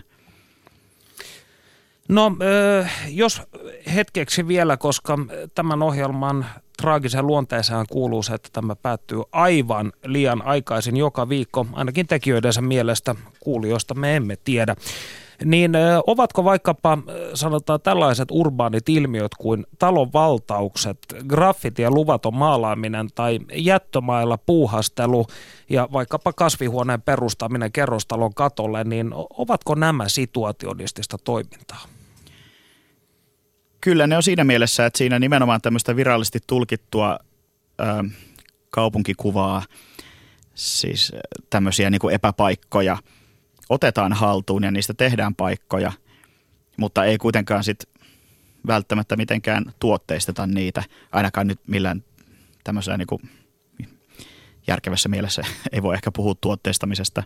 No, jos hetkeksi vielä, koska tämän ohjelman traagisen luonteeseen kuuluu se, että tämä päättyy aivan liian aikaisin joka viikko, ainakin tekijöidensä mielestä, kuulijoista me emme tiedä. Niin ovatko vaikkapa, sanotaan tällaiset urbaanit ilmiöt kuin talonvaltaukset, graffiti ja luvaton maalaaminen tai jättömailla puuhastelu ja vaikkapa kasvihuoneen perustaminen kerrostalon katolle, niin ovatko nämä situationistista toimintaa? Kyllä ne on siinä mielessä, että siinä nimenomaan tämmöistä virallisesti tulkittua ö, kaupunkikuvaa, siis tämmöisiä niin kuin epäpaikkoja, otetaan haltuun ja niistä tehdään paikkoja, mutta ei kuitenkaan sit välttämättä mitenkään tuotteisteta niitä, ainakaan nyt millään tämmöisellä niin kuin järkevässä mielessä ei voi ehkä puhua tuotteistamisesta.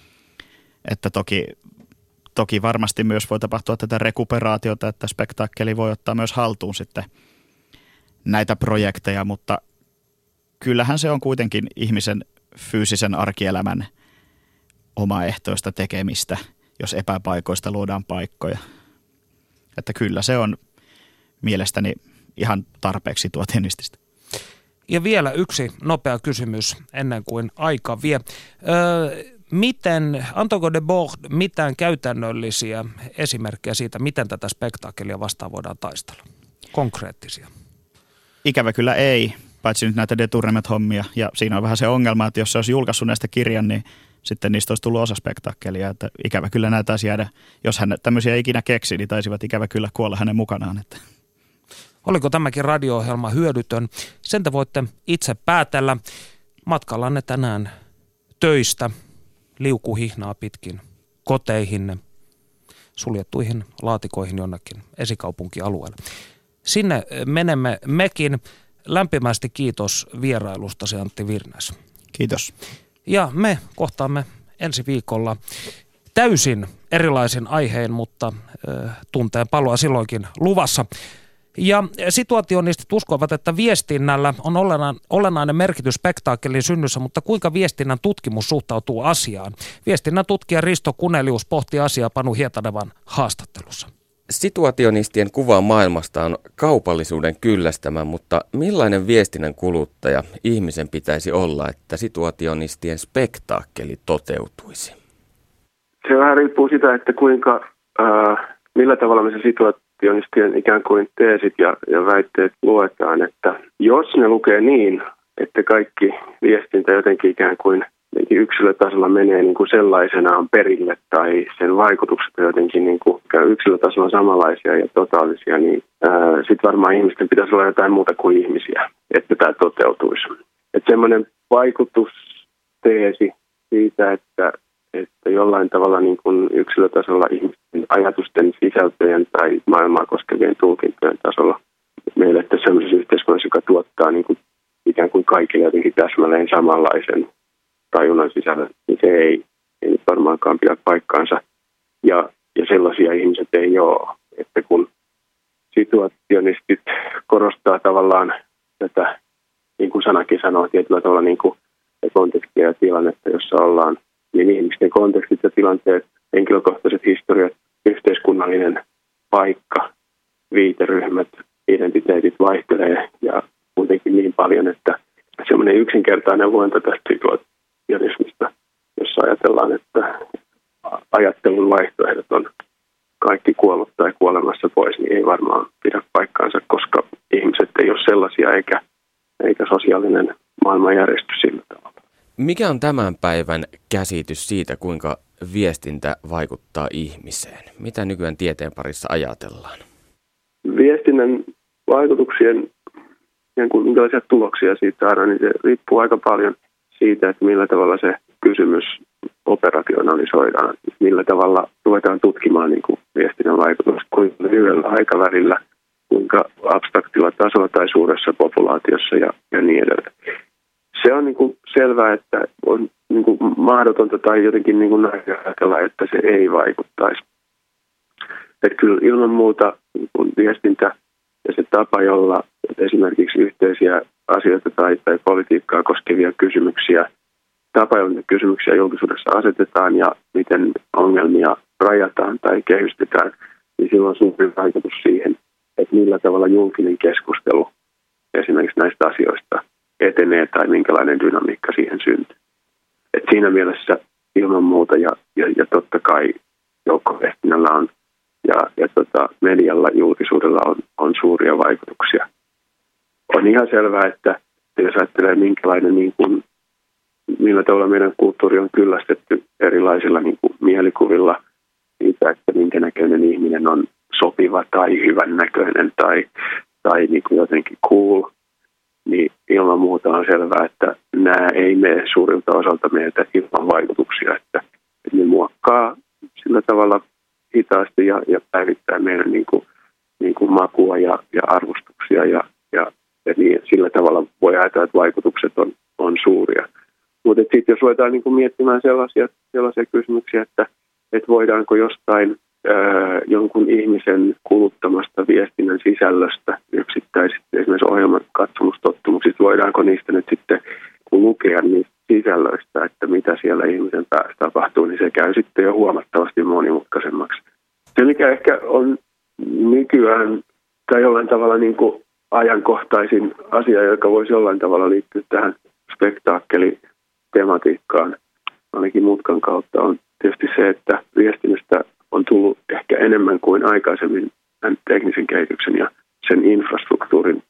Että toki, toki varmasti myös voi tapahtua tätä rekuperaatiota, että spektaakkeli voi ottaa myös haltuun sitten näitä projekteja, mutta kyllähän se on kuitenkin ihmisen fyysisen arkielämän omaehtoista tekemistä, jos epäpaikoista luodaan paikkoja. Että kyllä se on mielestäni ihan tarpeeksi situationistista. Ja vielä yksi nopea kysymys ennen kuin aika vie. Öö, miten, antoiko Debord mitään käytännöllisiä esimerkkejä siitä, miten tätä spektaakkelia vastaan voidaan taistella? Konkreettisia. Ikävä kyllä ei, paitsi nyt näitä detournement-hommia. Ja siinä on vähän se ongelma, että jos se olisi julkaissut näistä kirjan, niin sitten niistä olisi tullut osa spektaakkelia. Että ikävä kyllä näitä taisi jäädä, jos hän tämmöisiä ikinä keksi, niin taisivat ikävä kyllä kuolla hänen mukanaan. Että. Oliko tämäkin radio-ohjelma hyödytön? Sen te voitte itse päätellä matkallanne tänään töistä, liukuhihnaa pitkin, koteihinne, suljettuihin laatikoihin jonnekin esikaupunkialueelle. Sinne menemme mekin. Lämpimästi kiitos vierailustasi, Antti Virnäs. Kiitos. Ja me kohtaamme ensi viikolla täysin erilaisin aiheen, mutta äh, tunteen paloa silloinkin luvassa. Ja situationistit uskovat, että viestinnällä on olennainen merkitys spektaakkelin synnyssä, mutta kuinka viestinnän tutkimus suhtautuu asiaan? Viestinnän tutkija Risto Kunelius pohti asiaa Panu Hietanevan haastattelussa. Situationistien kuva maailmasta on kaupallisuuden kyllästämä, mutta millainen viestinnän kuluttaja ihmisen pitäisi olla, että situationistien spektaakkeli toteutuisi? Se vähän riippuu sitä, että kuinka, äh, millä tavalla me se situationistien ikään kuin teesit ja, ja väitteet luetaan. Että jos ne lukee niin, että kaikki viestintä jotenkin ikään kuin yksilötasolla menee niin kuin sellaisenaan perille tai sen vaikutukset jotenkin niin kuin yksilötasolla samanlaisia ja totaalisia, niin sitten varmaan ihmisten pitäisi olla jotain muuta kuin ihmisiä, että tämä toteutuisi. Että semmoinen vaikutusteesi siitä, että, että jollain tavalla niin kuin yksilötasolla ihmisten ajatusten sisältöjen tai maailmaa koskevien tulkintojen tasolla meille että sellaisessa yhteiskunnassa, joka tuottaa niin kuin ikään kuin kaikille jotenkin täsmälleen samanlaisen tajunnan sisällä, niin se ei, ei nyt varmaankaan pidä paikkaansa. Ja, ja sellaisia ihmiset ei ole, että kun situationistit korostaa tavallaan tätä, niin kuin sanakin sanoo, tietyllä tavalla niin kuin kontekstia ja tilannetta, jossa ollaan, niin ihmisten kontekstit ja tilanteet, henkilökohtaiset historiat, yhteiskunnallinen paikka, viiteryhmät, identiteetit vaihtelee ja kuitenkin niin paljon, että semmoinen yksinkertainen luento tästä situationismista, jossa ajatellaan, että ajattelun vaihtoehdot on kaikki kuollut tai kuolemassa pois, niin ei varmaan pidä paikkaansa, koska ihmiset ei ole sellaisia eikä, eikä sosiaalinen maailmanjärjestys sillä tavalla. Mikä on tämän päivän käsitys siitä, kuinka viestintä vaikuttaa ihmiseen? Mitä nykyään tieteen parissa ajatellaan? Viestinnän vaikutuksien, minkälaisia tuloksia siitä saadaan, niin se riippuu aika paljon siitä, että millä tavalla se kysymys operationalisoidaan, millä tavalla ruvetaan tutkimaan niin kuin viestinnän vaikutusta, kuinka lyhyellä aikavälillä, kuinka abstraktilla tasolla tai suuressa populaatiossa ja, ja niin edelleen. Se on niin kuin selvää, että on niin kuin mahdotonta tai jotenkin niin kuin ajatella, että se ei vaikuttaisi. Että kyllä ilman muuta niin kuin viestintä ja se tapa, jolla esimerkiksi yhteisiä asioita tai, tai politiikkaa koskevia kysymyksiä, tapa, jolla kysymyksiä julkisuudessa asetetaan ja miten ongelmia rajataan tai kehystetään, niin sillä on suuri vaikutus siihen, että millä tavalla julkinen keskustelu esimerkiksi näistä asioista etenee tai minkälainen dynamiikka siihen syntyy. Et siinä mielessä ilman muuta ja, ja, ja totta kai joukkoviestinnällä on ja, ja tota, medialla, julkisuudella on, on suuria vaikutuksia. On ihan selvää, että jos ajattelee minkälainen, niin kuin, millä tavalla meidän kulttuuri on kyllästetty erilaisilla niin kuin mielikuvilla siitä, että minkä näköinen ihminen on sopiva tai hyvän näköinen tai, tai niin kuin jotenkin cool, niin ilman muuta on selvää, että nämä ei mene suurilta osalta meiltä ilman vaikutuksia, että ne muokkaa sillä tavalla hitaasti ja, ja päivittää meidän niin kuin, niin kuin makua ja, ja arvostuksia ja, ja, ja niin, sillä tavalla voi ajatella, että vaikutukset on, on suuria. Mutta sitten jos ruvetaan niin kuin miettimään sellaisia, sellaisia kysymyksiä, että, että voidaanko jostain ää, jonkun ihmisen kuluttamasta viestinnän sisällöstä yksittäisistä esimerkiksi ohjelman katsomustottumuksista, voidaanko niistä nyt sitten kun lukea niistä sisällöistä, että mitä siellä ihmisen päässä tapahtuu, niin se käy sitten jo huomattavasti monimutkaisemmaksi. Se, mikä ehkä on nykyään tai jollain tavalla niin kuin ajankohtaisin asia, joka voisi jollain tavalla liittyä tähän spektaakkelitematiikkaan, ainakin mutkan kautta, on tietysti se, että viestinnästä on tullut ehkä enemmän kuin aikaisemmin tämän teknisen kehityksen ja sen infrastruktuurin